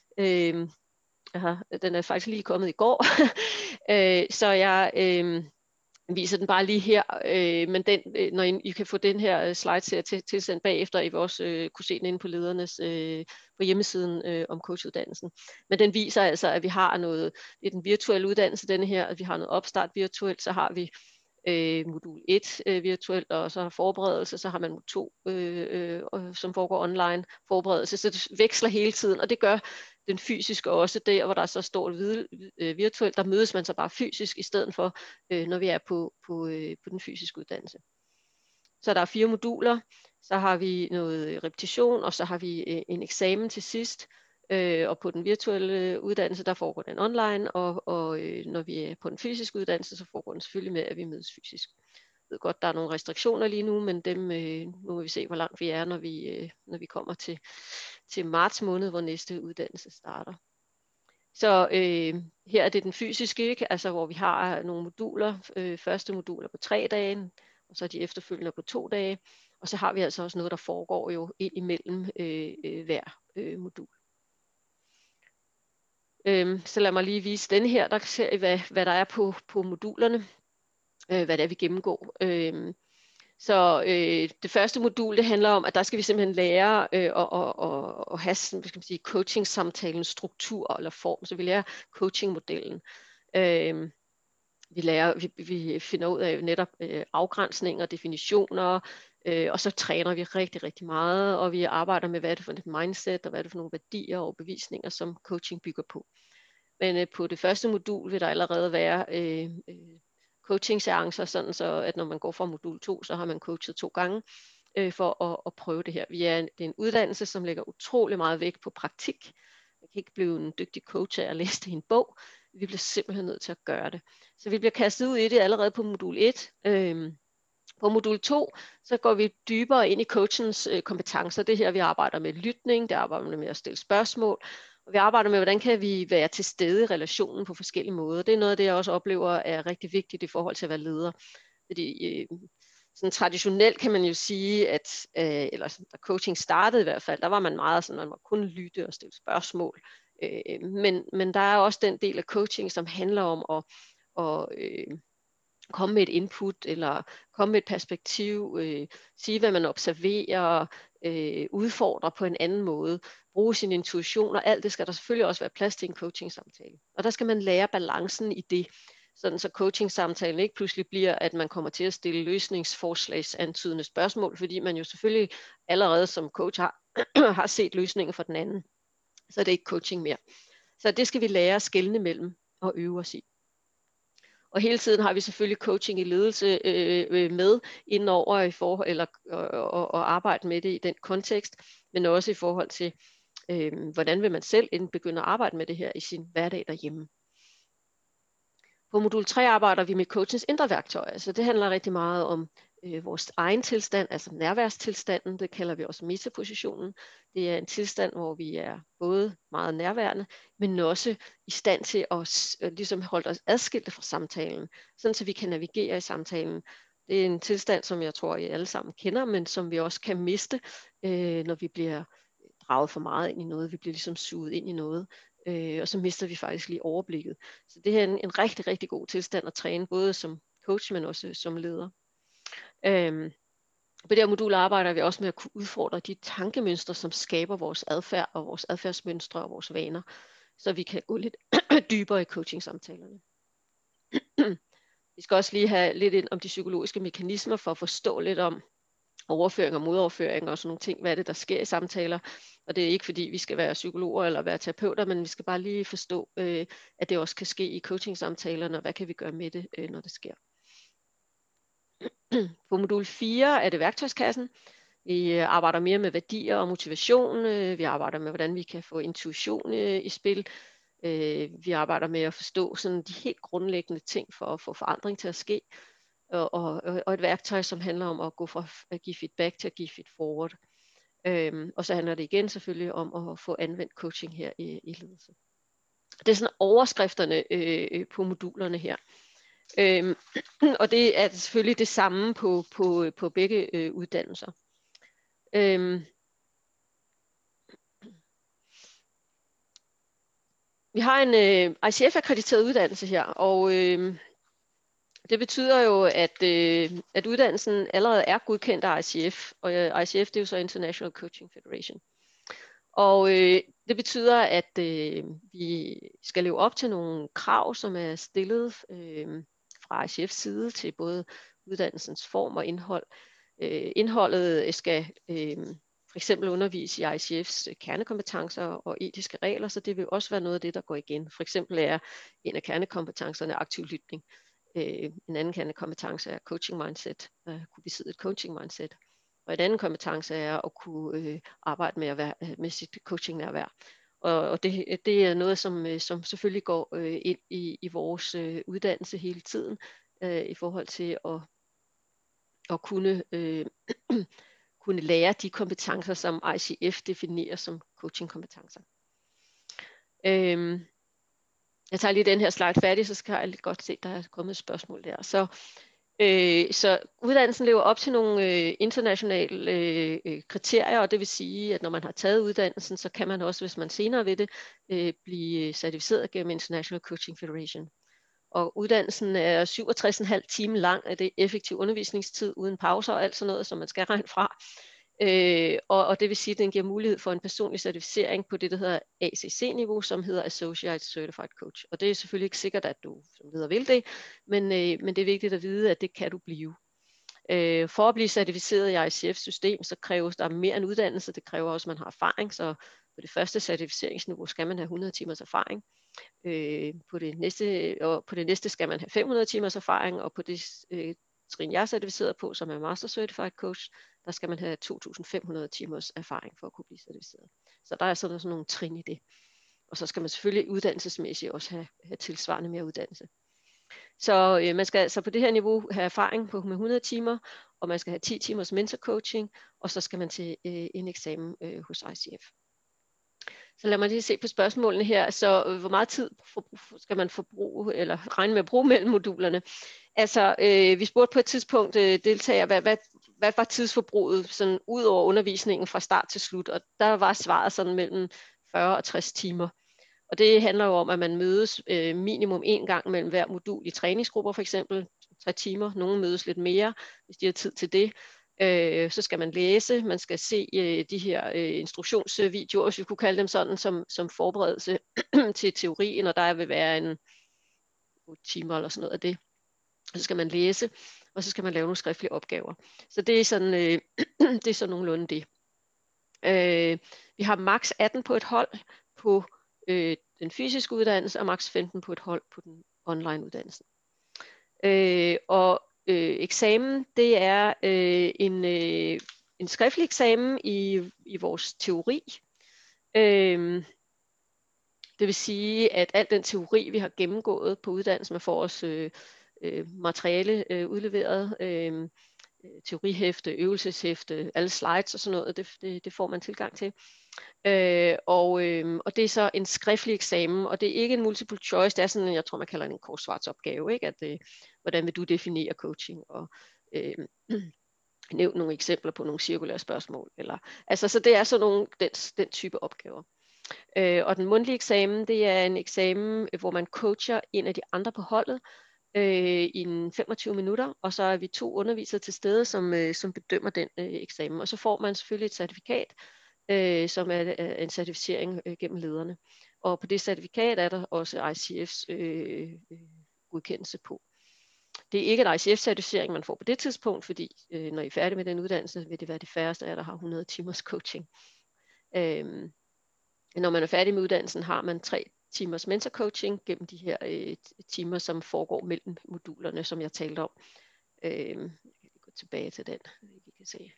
den er faktisk lige kommet i går, så jeg viser den bare lige her, men den, når I kan få den her slide tilsendt bagefter, I vil også kunne se den inde på ledernes på hjemmesiden om coachuddannelsen. Men den viser altså, at vi har noget, det er den virtuelle uddannelse, denne her, at vi har noget opstart virtuelt, så har vi modul 1 virtuelt, og så er der forberedelse, så har man modul 2, som foregår online forberedelse, så det veksler hele tiden, og det gør den fysiske også, der hvor der så står virtuelt, der mødes man så bare fysisk, i stedet for, når vi er på den fysiske uddannelse. Så der er 4 moduler, så har vi noget repetition, og så har vi en eksamen til sidst, og på den virtuelle uddannelse, der foregår den online, og når vi er på den fysiske uddannelse, så foregår den selvfølgelig med, at vi mødes fysisk. Jeg ved godt, der er nogle restriktioner lige nu, men dem nu må vi se, hvor langt vi er, når vi kommer til marts måned, hvor næste uddannelse starter. Så her er det den fysiske, ikke? Altså hvor vi har nogle moduler. Første modul er på 3 dage, og så de efterfølgende på 2 dage. Og så har vi altså også noget, der foregår jo ind imellem hver modul. Så lad mig lige vise den her, der ser I, hvad der er på modulerne, hvad det er, vi gennemgår. Så det første modul, det handler om, at der skal vi simpelthen lære at have sådan, skal man sige, coaching-samtalens struktur eller form, så vi lærer coaching-modellen. Vi finder ud af netop afgrænsninger, definitioner, og så træner vi rigtig, rigtig meget, og vi arbejder med, hvad er det for et mindset, og hvad er det for nogle værdier og bevisninger, som coaching bygger på. Men på det første modul vil der allerede være coaching-seancer, sådan så at når man går fra modul 2, så har man coachet 2 gange for at prøve det her. Det er en uddannelse, som lægger utrolig meget vægt på praktik. Man kan ikke blive en dygtig coach af at læse det i en bog. Vi bliver simpelthen nødt til at gøre det. Så vi bliver kastet ud i det allerede på modul 1. På modul 2, så går vi dybere ind i coachens kompetencer. Det her, vi arbejder med lytning, det arbejder vi med at stille spørgsmål, og vi arbejder med, hvordan kan vi være til stede i relationen på forskellige måder. Det er noget af det, jeg også oplever er rigtig vigtigt i forhold til at være leder. Fordi sådan traditionelt kan man jo sige, at eller da coaching startede i hvert fald, der var man meget sådan, man må kun lytte og stille spørgsmål. Men der er også den del af coaching, som handler om at komme med et input, eller komme med et perspektiv, sige hvad man observerer, udfordre på en anden måde, bruge sin intuition, og alt det skal der selvfølgelig også være plads til en coaching-samtale. Og der skal man lære balancen i det, sådan så coaching-samtalen ikke pludselig bliver, at man kommer til at stille løsningsforslagsantydende spørgsmål, fordi man jo selvfølgelig allerede som coach har set løsninger for den anden. Så er det ikke coaching mere. Så det skal vi lære at skelne mellem og øve os i. Og hele tiden har vi selvfølgelig coaching i ledelse med indover i forhold, eller og arbejde med det i den kontekst, men også i forhold til, hvordan vil man selv begynde at arbejde med det her i sin hverdag derhjemme. På modul 3 arbejder vi med coachens indre værktøjer, så det handler rigtig meget om vores egen tilstand, altså nærværstilstanden, det kalder vi også metapositionen. Det er en tilstand, hvor vi er både meget nærværende, men også i stand til at ligesom holde os adskilte fra samtalen, sådan så vi kan navigere i samtalen. Det er en tilstand, som jeg tror, I alle sammen kender, men som vi også kan miste, når vi bliver draget for meget ind i noget. Vi bliver ligesom suget ind i noget, og så mister vi faktisk lige overblikket. Så det her er en rigtig, rigtig god tilstand at træne, både som coach, men også som leder. På det her modul arbejder vi også med at kunne udfordre de tankemønstre, som skaber vores adfærd og vores adfærdsmønstre og vores vaner, så vi kan gå lidt dybere i coaching-samtalerne. Vi skal også lige have lidt ind om de psykologiske mekanismer for at forstå lidt om overføring og modoverføring og sådan nogle ting. Hvad er det, der sker i samtaler? Og det er ikke fordi, vi skal være psykologer eller være terapeuter, men vi skal bare lige forstå, at det også kan ske i coaching-samtalerne, og hvad kan vi gøre med det, når det sker. På modul 4 er det værktøjskassen. Vi arbejder mere med værdier og motivation. Vi arbejder med, hvordan vi kan få intuition i spil. Vi arbejder med at forstå sådan de helt grundlæggende ting for at få forandring til at ske. Og et værktøj, som handler om at gå fra at give feedback til at give feed forward. Og så handler det igen selvfølgelig om at få anvendt coaching her i ledelse. Det er sådan overskrifterne på modulerne her. Og det er selvfølgelig det samme på begge uddannelser. Vi har en ICF-akkrediteret uddannelse her, og det betyder jo, at uddannelsen allerede er godkendt af ICF, og ICF det er jo så International Coaching Federation. Og det betyder, at vi skal leve op til nogle krav, som er stillet fra ICF's side til både uddannelsens form og indhold. Indholdet skal for eksempel undervise i ICF's kernekompetencer og etiske regler, så det vil også være noget af det, der går igen. For eksempel er en af kernekompetencerne aktiv lytning. En anden kernekompetence er coaching mindset, at kunne besidde et coaching mindset. Og en anden kompetence er at kunne arbejde med sit coaching-nærvær. Og det er noget, som selvfølgelig går ind i vores uddannelse hele tiden, i forhold til at kunne lære de kompetencer, som ICF definerer som coaching-kompetencer. Jeg tager lige den her slide færdig, så skal jeg godt se, der er kommet et spørgsmål der. Så uddannelsen lever op til nogle internationale kriterier, og det vil sige, at når man har taget uddannelsen, så kan man også, hvis man senere vil det, blive certificeret gennem International Coaching Federation. Og uddannelsen er 67,5 timer lang, af det effektiv undervisningstid uden pauser og alt sådan noget, som man skal regne fra. Og det vil sige, at den giver mulighed for en personlig certificering på det, der hedder ACC-niveau, som hedder Associate Certified Coach. Og det er selvfølgelig ikke sikkert, at du som leder vil det, men det er vigtigt at vide, at det kan du blive. For at blive certificeret i ICF-system, så kræves der mere end uddannelse. Det kræver også, at man har erfaring, så på det første certificeringsniveau skal man have 100 timers erfaring. På det næste skal man have 500 timers erfaring, og på det trin, jeg er certificeret på, som er Master Certified Coach, der skal man have 2.500 timers erfaring for at kunne blive certificeret. Så der er sådan nogle trin i det. Og så skal man selvfølgelig uddannelsesmæssigt også have tilsvarende mere uddannelse. Så man skal altså på det her niveau have erfaring med 100 timer, og man skal have 10 timers mentor coaching, og så skal man til en eksamen hos ICF. Så lad mig lige se på spørgsmålene her. Så hvor meget tid skal man forbruge, eller regne med at bruge mellem modulerne? Altså, vi spurgte på et tidspunkt deltagere, hvad var tidsforbruget sådan ud over undervisningen fra start til slut? Og der var svaret sådan mellem 40 og 60 timer. Og det handler jo om, at man mødes minimum 1 gang mellem hver modul i træningsgrupper, for eksempel 3 timer. Nogle mødes lidt mere, hvis de har tid til det. Så skal man læse, man skal se de her instruktionsvideoer, hvis vi kunne kalde dem sådan, som forberedelse til teorien, og der vil være en 8 timer eller sådan noget af det. Så skal man læse, og så skal man lave nogle skriftlige opgaver. Så det er sådan, det er sådan nogenlunde det. Vi har maks 18 på et hold på den fysiske uddannelse, og maks 15 på et hold på den online uddannelse. Eksamen, det er en skriftlig eksamen i vores teori. Det vil sige, at al den teori, vi har gennemgået på uddannelsen, man får også materiale udleveret, teorihæfte, øvelseshæfte, alle slides og sådan noget, det får man tilgang til. Og det er så en skriftlig eksamen, og det er ikke en multiple choice, det er sådan, jeg tror man kalder det en kortsvartsopgave, ikke? At, hvordan vil du definere coaching, og nævn nogle eksempler på nogle cirkulære spørgsmål, så det er sådan nogle den type opgaver. Og den mundtlige eksamen, det er en eksamen, hvor man coacher en af de andre på holdet i 25 minutter, og så er vi 2 undervisere til stede, som bedømmer den eksamen. Og så får man selvfølgelig et certifikat, som er en certificering gennem lederne. Og på det certifikat er der også ICF's godkendelse på. Det er ikke en ICF-certificering, man får på det tidspunkt, fordi når I er færdige med den uddannelse, vil det være de færreste af jer, der har 100 timers coaching. Når man er færdig med uddannelsen, har man 3 timers mentorcoaching gennem de her timer, som foregår mellem modulerne, som jeg talte om. Jeg kan gå tilbage til den, vi kan se.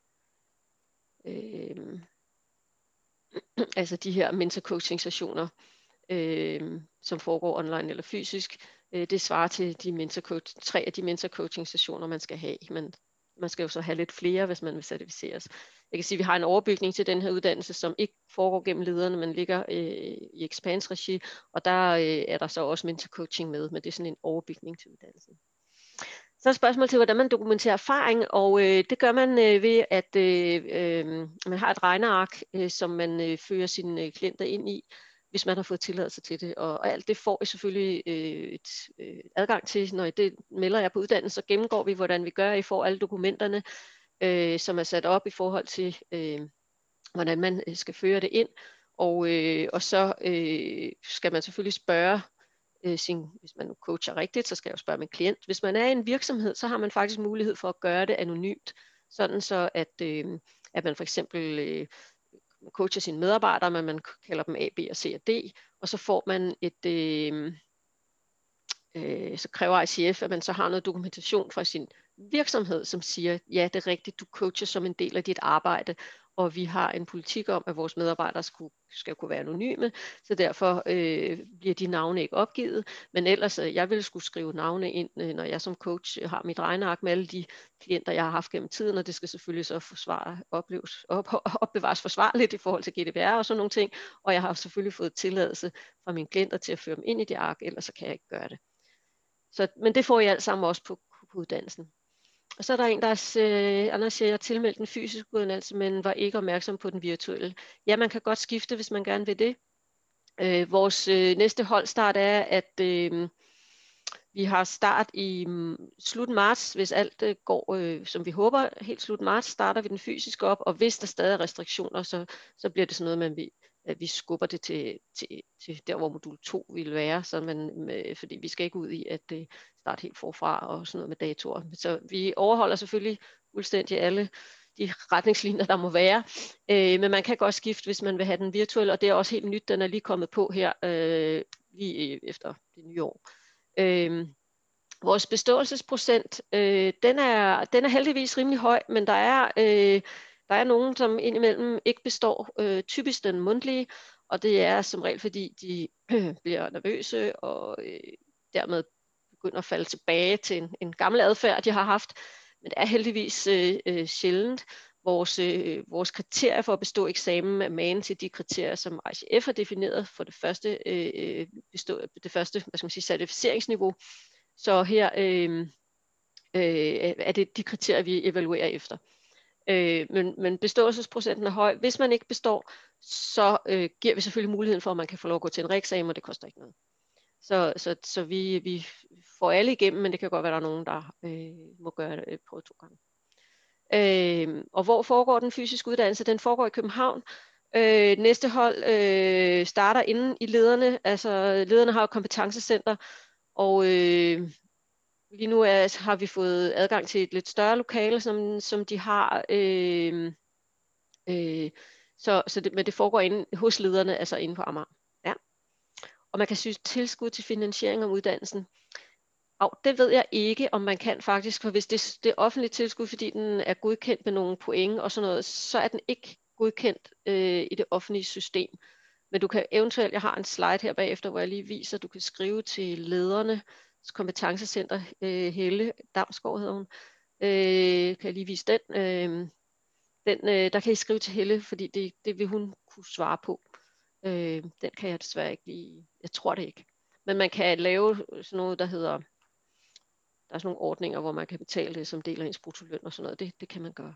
Altså de her mentorcoaching sessioner, som foregår online eller fysisk, det svarer til de 3 af de mentorcoaching sessioner, man skal have. Men man skal jo så have lidt flere, hvis man vil certificeres. Jeg kan sige, at vi har en overbygning til den her uddannelse, som ikke foregår gennem lederne, men ligger i Expans-regi, og der er der så også mentorcoaching med, men det er sådan en overbygning til uddannelsen. Så er spørgsmålet til, hvordan man dokumenterer erfaring, og det gør man ved, at man har et regneark, som man fører sine klienter ind i, hvis man har fået tilladelse til det. Og alt det får I selvfølgelig et adgang til, når det melder jer på uddannelse, så gennemgår vi, hvordan vi gør. I får alle dokumenterne, som er sat op i forhold til, hvordan man skal føre det ind. Og så skal man selvfølgelig spørge, hvis man coacher rigtigt, så skal jeg jo spørge min klient. Hvis man er i en virksomhed, så har man faktisk mulighed for at gøre det anonymt, sådan så at man for eksempel coacher sine medarbejdere, men man kalder dem A, B og C og D, og så får man så kræver ICF, at man så har noget dokumentation fra sin virksomhed, som siger, ja, det er rigtigt, du coacher som en del af dit arbejde, og vi har en politik om, at vores medarbejdere skal kunne være anonyme, så derfor bliver de navne ikke opgivet, men ellers, jeg vil skulle skrive navne ind, når jeg som coach har mit regneark med alle de klienter, jeg har haft gennem tiden, og det skal selvfølgelig så opbevares forsvarligt i forhold til GDPR og sådan nogle ting, og jeg har selvfølgelig fået tilladelse fra mine klienter til at føre dem ind i det ark, ellers så kan jeg ikke gøre det. Men det får I alt sammen også på uddannelsen. Og så er der en, der siger, at jeg tilmeldte den fysiske uddannelse, men var ikke opmærksom på den virtuelle. Ja, man kan godt skifte, hvis man gerne vil det. Vores næste holdstart er, at vi har start i slut marts. Hvis alt går, som vi håber, helt slut marts, starter vi den fysiske op. Og hvis der stadig er restriktioner, så bliver det sådan noget, at vi skubber det til der, hvor modul 2 vil være. Fordi vi skal ikke ud i at starte helt forfra og sådan noget med datoer. Så vi overholder selvfølgelig fuldstændig alle de retningslinjer, der må være. Men man kan godt skifte, hvis man vil have den virtuelle, og det er også helt nyt. Den er lige kommet på her, lige efter det nye år. Vores beståelsesprocent, den er heldigvis rimelig høj, men der er nogen, som indimellem ikke består, typisk den mundtlige, og det er som regel, fordi de bliver nervøse og dermed begynder at falde tilbage til en gammel adfærd, de har haft. Men det er heldigvis sjældent. Vores kriterier for at bestå eksamen er magen til de kriterier, som ICF har defineret for det første, hvad skal man sige, certificeringsniveau. Så her er det de kriterier, vi evaluerer efter. Men beståelsesprocenten er høj. Hvis man ikke består, så giver vi selvfølgelig muligheden for, at man kan få lov at gå til en reeksamen, og det koster ikke noget. Så vi får alle igennem, men det kan godt være, at der er nogen, der må gøre det på 2 gange. Og hvor foregår den fysiske uddannelse? Den foregår i København. Næste hold starter inde i lederne. Altså lederne har jo kompetencecenter, og lige nu har vi fået adgang til et lidt større lokale, som de har. Men det foregår inde hos lederne, altså inde på Amager. Ja. Og man kan søge tilskud til finansiering af uddannelsen. Og det ved jeg ikke, om man kan faktisk, for hvis det er offentligt tilskud, fordi den er godkendt med nogle point og sådan noget, så er den ikke godkendt i det offentlige system. Men du kan eventuelt, jeg har en slide her bagefter, hvor jeg lige viser, du kan skrive til lederne, kompetencecenter, Helle Damsgaard hedder hun. Kan jeg lige vise den? Der kan I skrive til Helle, fordi det vil hun kunne svare på. Den kan jeg desværre ikke lige, jeg tror det ikke. Men man kan lave sådan noget, der hedder, der er sådan nogle ordninger, hvor man kan betale det som del af ens bruttoløn og sådan noget. Det kan man gøre.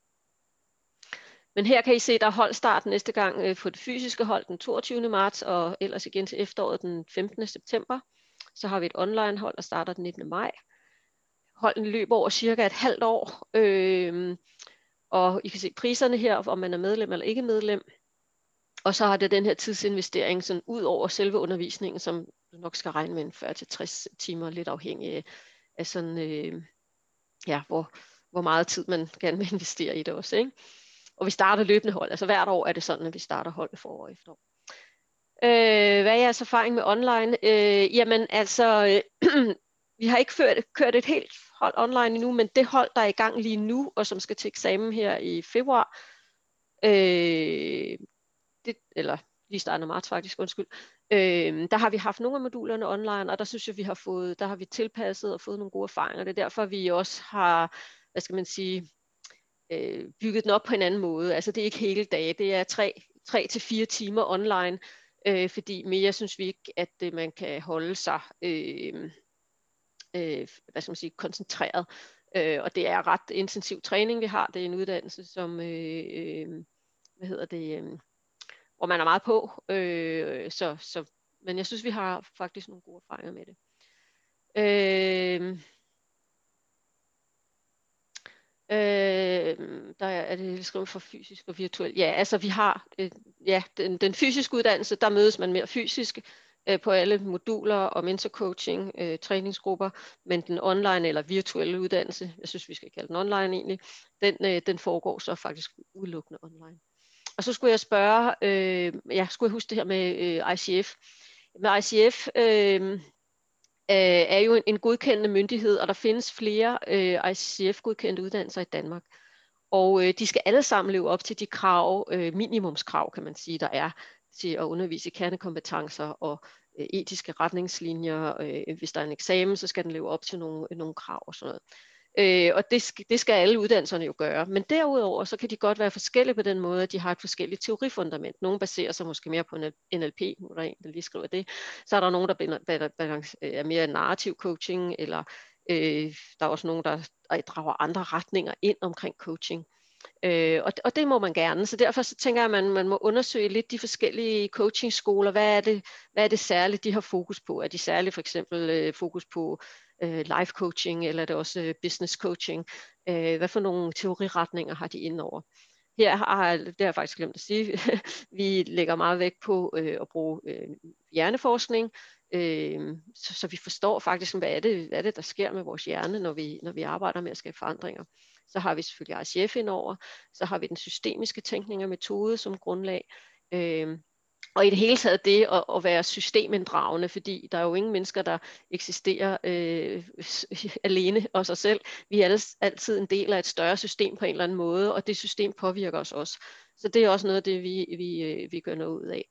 Men her kan I se, der er holdstart næste gang på det fysiske hold den 22. marts, og ellers igen til efteråret den 15. september. Så har vi et online-hold, der starter den 19. maj. Holdene løber over cirka et halvt år. Og I kan se priserne her, om man er medlem eller ikke medlem. Og så har det den her tidsinvestering sådan ud over selve undervisningen, som du nok skal regne med en 40-60 timer, lidt afhængig af sådan, hvor meget tid man gerne vil investere i det også. Ikke? Og vi starter løbende hold. Altså hvert år er det sådan, at vi starter hold forår og efterår. Hvad er jeres erfaring med online? Jamen altså, vi har ikke kørt et helt hold online endnu, men det hold, der er i gang lige nu, og som skal til eksamen her i februar, eller lige starten af marts faktisk, undskyld, der har vi haft nogle af modulerne online, og der synes jeg, der har vi tilpasset og fået nogle gode erfaringer. Det er derfor, vi også har, hvad skal man sige, bygget den op på en anden måde. Altså det er ikke hele dage, det er 3 til 4 timer online, fordi mere synes vi ikke, at man kan holde sig hvad skal man sige, koncentreret. Og det er ret intensiv træning, vi har. Det er en uddannelse, som hvor man er meget på. Men jeg synes, vi har faktisk nogle gode erfaringer med det. Der er det skrevet for fysisk og virtuelt. Ja, altså vi har den fysiske uddannelse, der mødes man mere fysisk på alle moduler og mentorcoaching, træningsgrupper, men den online eller virtuelle uddannelse, jeg synes vi skal kalde den online egentlig, den foregår så faktisk udelukkende online. Og så skulle jeg spørge, skulle jeg huske det her med ICF. Med ICF er jo en godkendende myndighed, og der findes flere ICF-godkendte uddannelser i Danmark. Og de skal alle sammen leve op til de krav, minimumskrav kan man sige, der er til at undervise i kernekompetencer og etiske retningslinjer. Hvis der er en eksamen, så skal den leve op til nogle krav og sådan noget. Og det skal alle uddannelserne jo gøre. Men derudover, så kan de godt være forskellige på den måde, at de har et forskelligt teorifundament. Nogle baserer sig måske mere på NLP, nu der en, der lige skriver det. Så er der nogen, der er mere narrativ coaching, eller der er også nogen, der drager andre retninger ind omkring coaching. Og det må man gerne. Så derfor så tænker jeg, at man må undersøge lidt de forskellige coachingskoler. Hvad er det særligt, de har fokus på? Er de særligt for eksempel fokus på life coaching, eller er det også business coaching? Hvad for nogle teoriretninger har de indover? Det har jeg faktisk glemt at sige. Vi lægger meget vægt på at bruge hjerneforskning, så vi forstår faktisk, hvad er det, der sker med vores hjerne, når vi arbejder med at skabe forandringer. Så har vi selvfølgelig ICF indover, så har vi den systemiske tænkning og metode som grundlag, og i det hele taget det at være systeminddragende, fordi der er jo ingen mennesker, der eksisterer alene og sig selv. Vi er altid en del af et større system på en eller anden måde, og det system påvirker os også. Så det er også noget af det, vi gør noget ud af.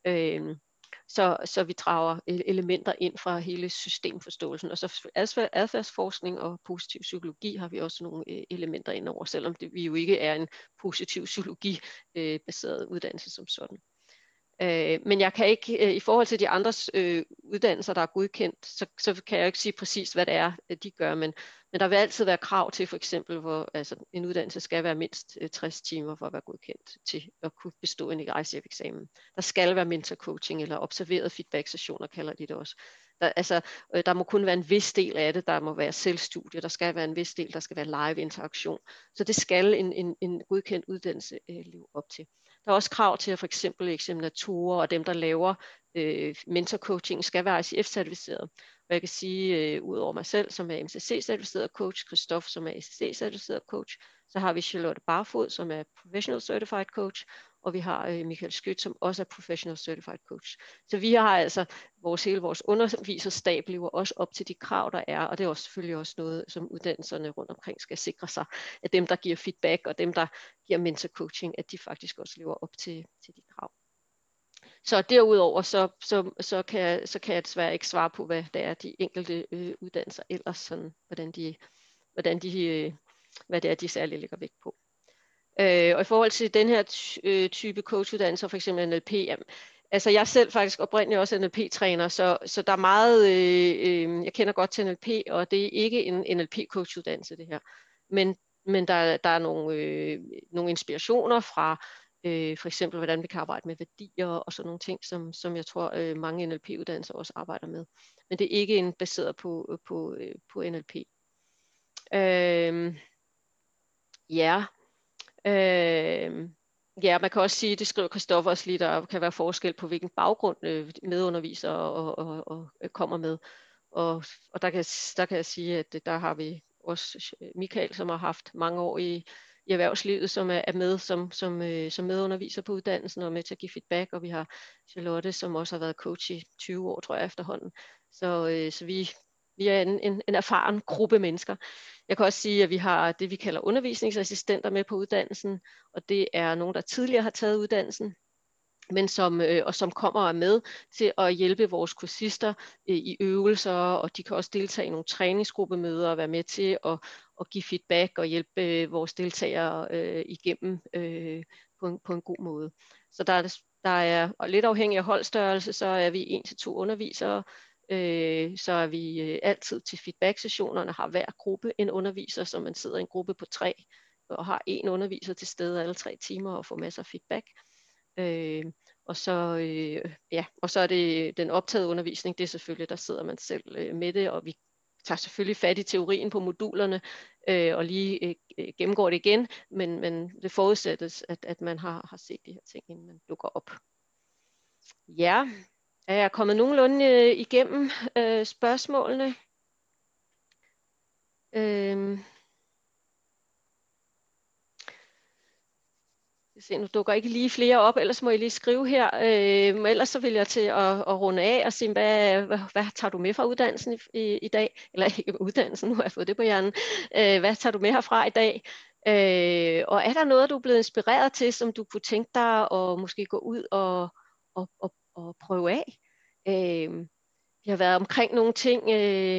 Så vi drager elementer ind fra hele systemforståelsen, og så adfærdsforskning og positiv psykologi har vi også nogle elementer ind over, selvom vi jo ikke er en positiv psykologi baseret uddannelse som sådan. Men jeg kan ikke, i forhold til de andres uddannelser, der er godkendt, så kan jeg ikke sige præcis, hvad det er, de gør, men der vil altid være krav til, for eksempel, hvor en uddannelse skal være mindst 60 timer for at være godkendt til at kunne bestå en ICF-eksamen. Der skal være mentorcoaching eller observeret feedback-sessioner, kalder de det også. Der må kun være en vis del af det, der må være selvstudie, der skal være en vis del, der skal være live interaktion. Så det skal en godkendt uddannelse leve op til. Der er også krav til, at for eksempel eksaminatorer og dem, der laver mentorcoaching, skal være ICF-certificeret. Og jeg kan sige, ud over mig selv, som er MCC-certificeret coach, Christoph, som er SCC-certificeret coach, så har vi Charlotte Barfod, som er Professional Certified Coach, og vi har Michael Skødt, som også er Professional Certified Coach. Så vi har altså, hele vores underviserstab lever også op til de krav, der er, og det er også selvfølgelig også noget, som uddannelserne rundt omkring skal sikre sig, at dem, der giver feedback, og dem, der giver mentor coaching, at de faktisk også lever op til de krav. Så derudover, så kan jeg desværre ikke svare på, hvad det er, de enkelte uddannelser ellers, sådan, hvad det er, de særligt lægger vægt på. Og i forhold til den her type coachuddannelser, for eksempel NLP, altså jeg er selv faktisk oprindeligt også NLP-træner, så der er meget, jeg kender godt til NLP, og det er ikke en NLP-coachuddannelse det her. Men der er nogle inspirationer fra For eksempel, hvordan vi kan arbejde med værdier og sådan nogle ting, som jeg tror, mange NLP-uddannelser også arbejder med. Men det er ikke baseret på NLP. Ja. Ja, man kan også sige, det skriver Christoffer også lige, der kan være forskel på, hvilken baggrund medundervisere og kommer med. Og der kan jeg sige, at der har vi også Michael, som har haft mange år i erhvervslivet, som er med som medunderviser på uddannelsen og med til at give feedback. Og vi har Charlotte, som også har været coach i 20 år, tror jeg, efterhånden. Så vi er en erfaren gruppe mennesker. Jeg kan også sige, at vi har det, vi kalder undervisningsassistenter med på uddannelsen, og det er nogen, der tidligere har taget uddannelsen, men som kommer og er med til at hjælpe vores kursister i øvelser, og de kan også deltage i nogle træningsgruppemøder og være med til at give feedback og hjælpe vores deltagere igennem på en god måde. Så der er og lidt afhængig af holdstørrelse, så er vi 1-2 undervisere, så er vi altid til feedback-sessionerne, har hver gruppe en underviser, så man sidder i en gruppe på 3 og har en underviser til stede alle 3 timer og får masser af feedback. Og så er det den optagede undervisning, det er selvfølgelig, der sidder man selv med det, og vi tager selvfølgelig fat i teorien på modulerne og lige gennemgår det igen, men det forudsættes, at man har set de her ting, inden man dukker op. Ja, er jeg kommet nogenlunde igennem spørgsmålene? Se, nu dukker ikke lige flere op, ellers må I lige skrive her. Ellers så vil jeg til at runde af og sige, hvad tager du med fra uddannelsen i dag? Eller ikke uddannelsen, nu har jeg fået det på hjernen. Hvad tager du med herfra i dag? Og er der noget, du er blevet inspireret til, som du kunne tænke dig at måske gå ud og prøve af? Vi har været omkring nogle ting.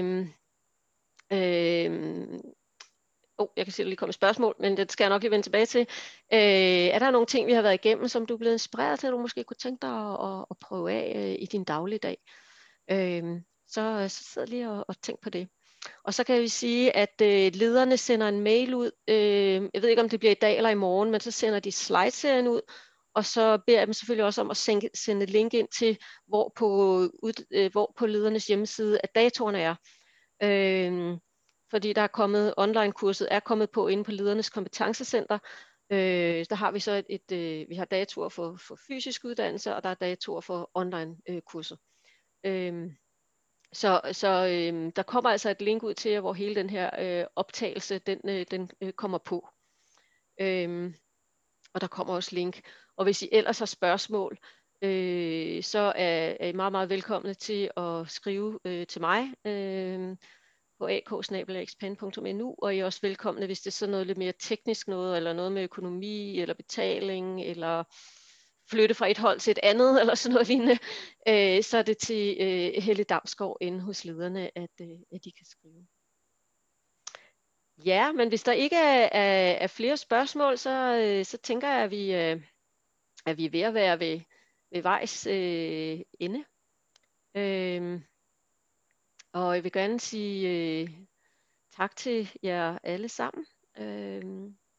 Jeg kan se, at der lige kommer et spørgsmål, men det skal jeg nok lige vende tilbage til. Er der nogle ting, vi har været igennem, som du er blevet inspireret til, at du måske kunne tænke dig at prøve af i din dagligdag? Så sidder lige og tænk på det. Og så kan vi sige, at lederne sender en mail ud. Jeg ved ikke, om det bliver i dag eller i morgen, men så sender de slideserien ud. Og så beder jeg dem selvfølgelig også om at sende et link ind til, hvor på ledernes hjemmeside, at datoerne er. Fordi der er kommet, online-kurset er kommet på inde på ledernes kompetencecenter. Der har vi så vi har datoer for fysisk uddannelse, og der er datoer for online-kurser. Der kommer altså et link ud til jer, hvor hele den her optagelse, den kommer på. Og der kommer også link. Og hvis I ellers har spørgsmål, så er I meget, meget velkomne til at skrive til mig på ak@expand.nu, og I er også velkomne, hvis det er sådan noget lidt mere teknisk noget, eller noget med økonomi, eller betaling, eller flytte fra et hold til et andet, eller sådan noget lignende, så er det til Helle Damsgaard inde hos lederne, at de kan skrive. Ja, men hvis der ikke er flere spørgsmål, så tænker jeg, at vi er ved at være ved vejs ende. Og jeg vil gerne sige tak til jer alle sammen.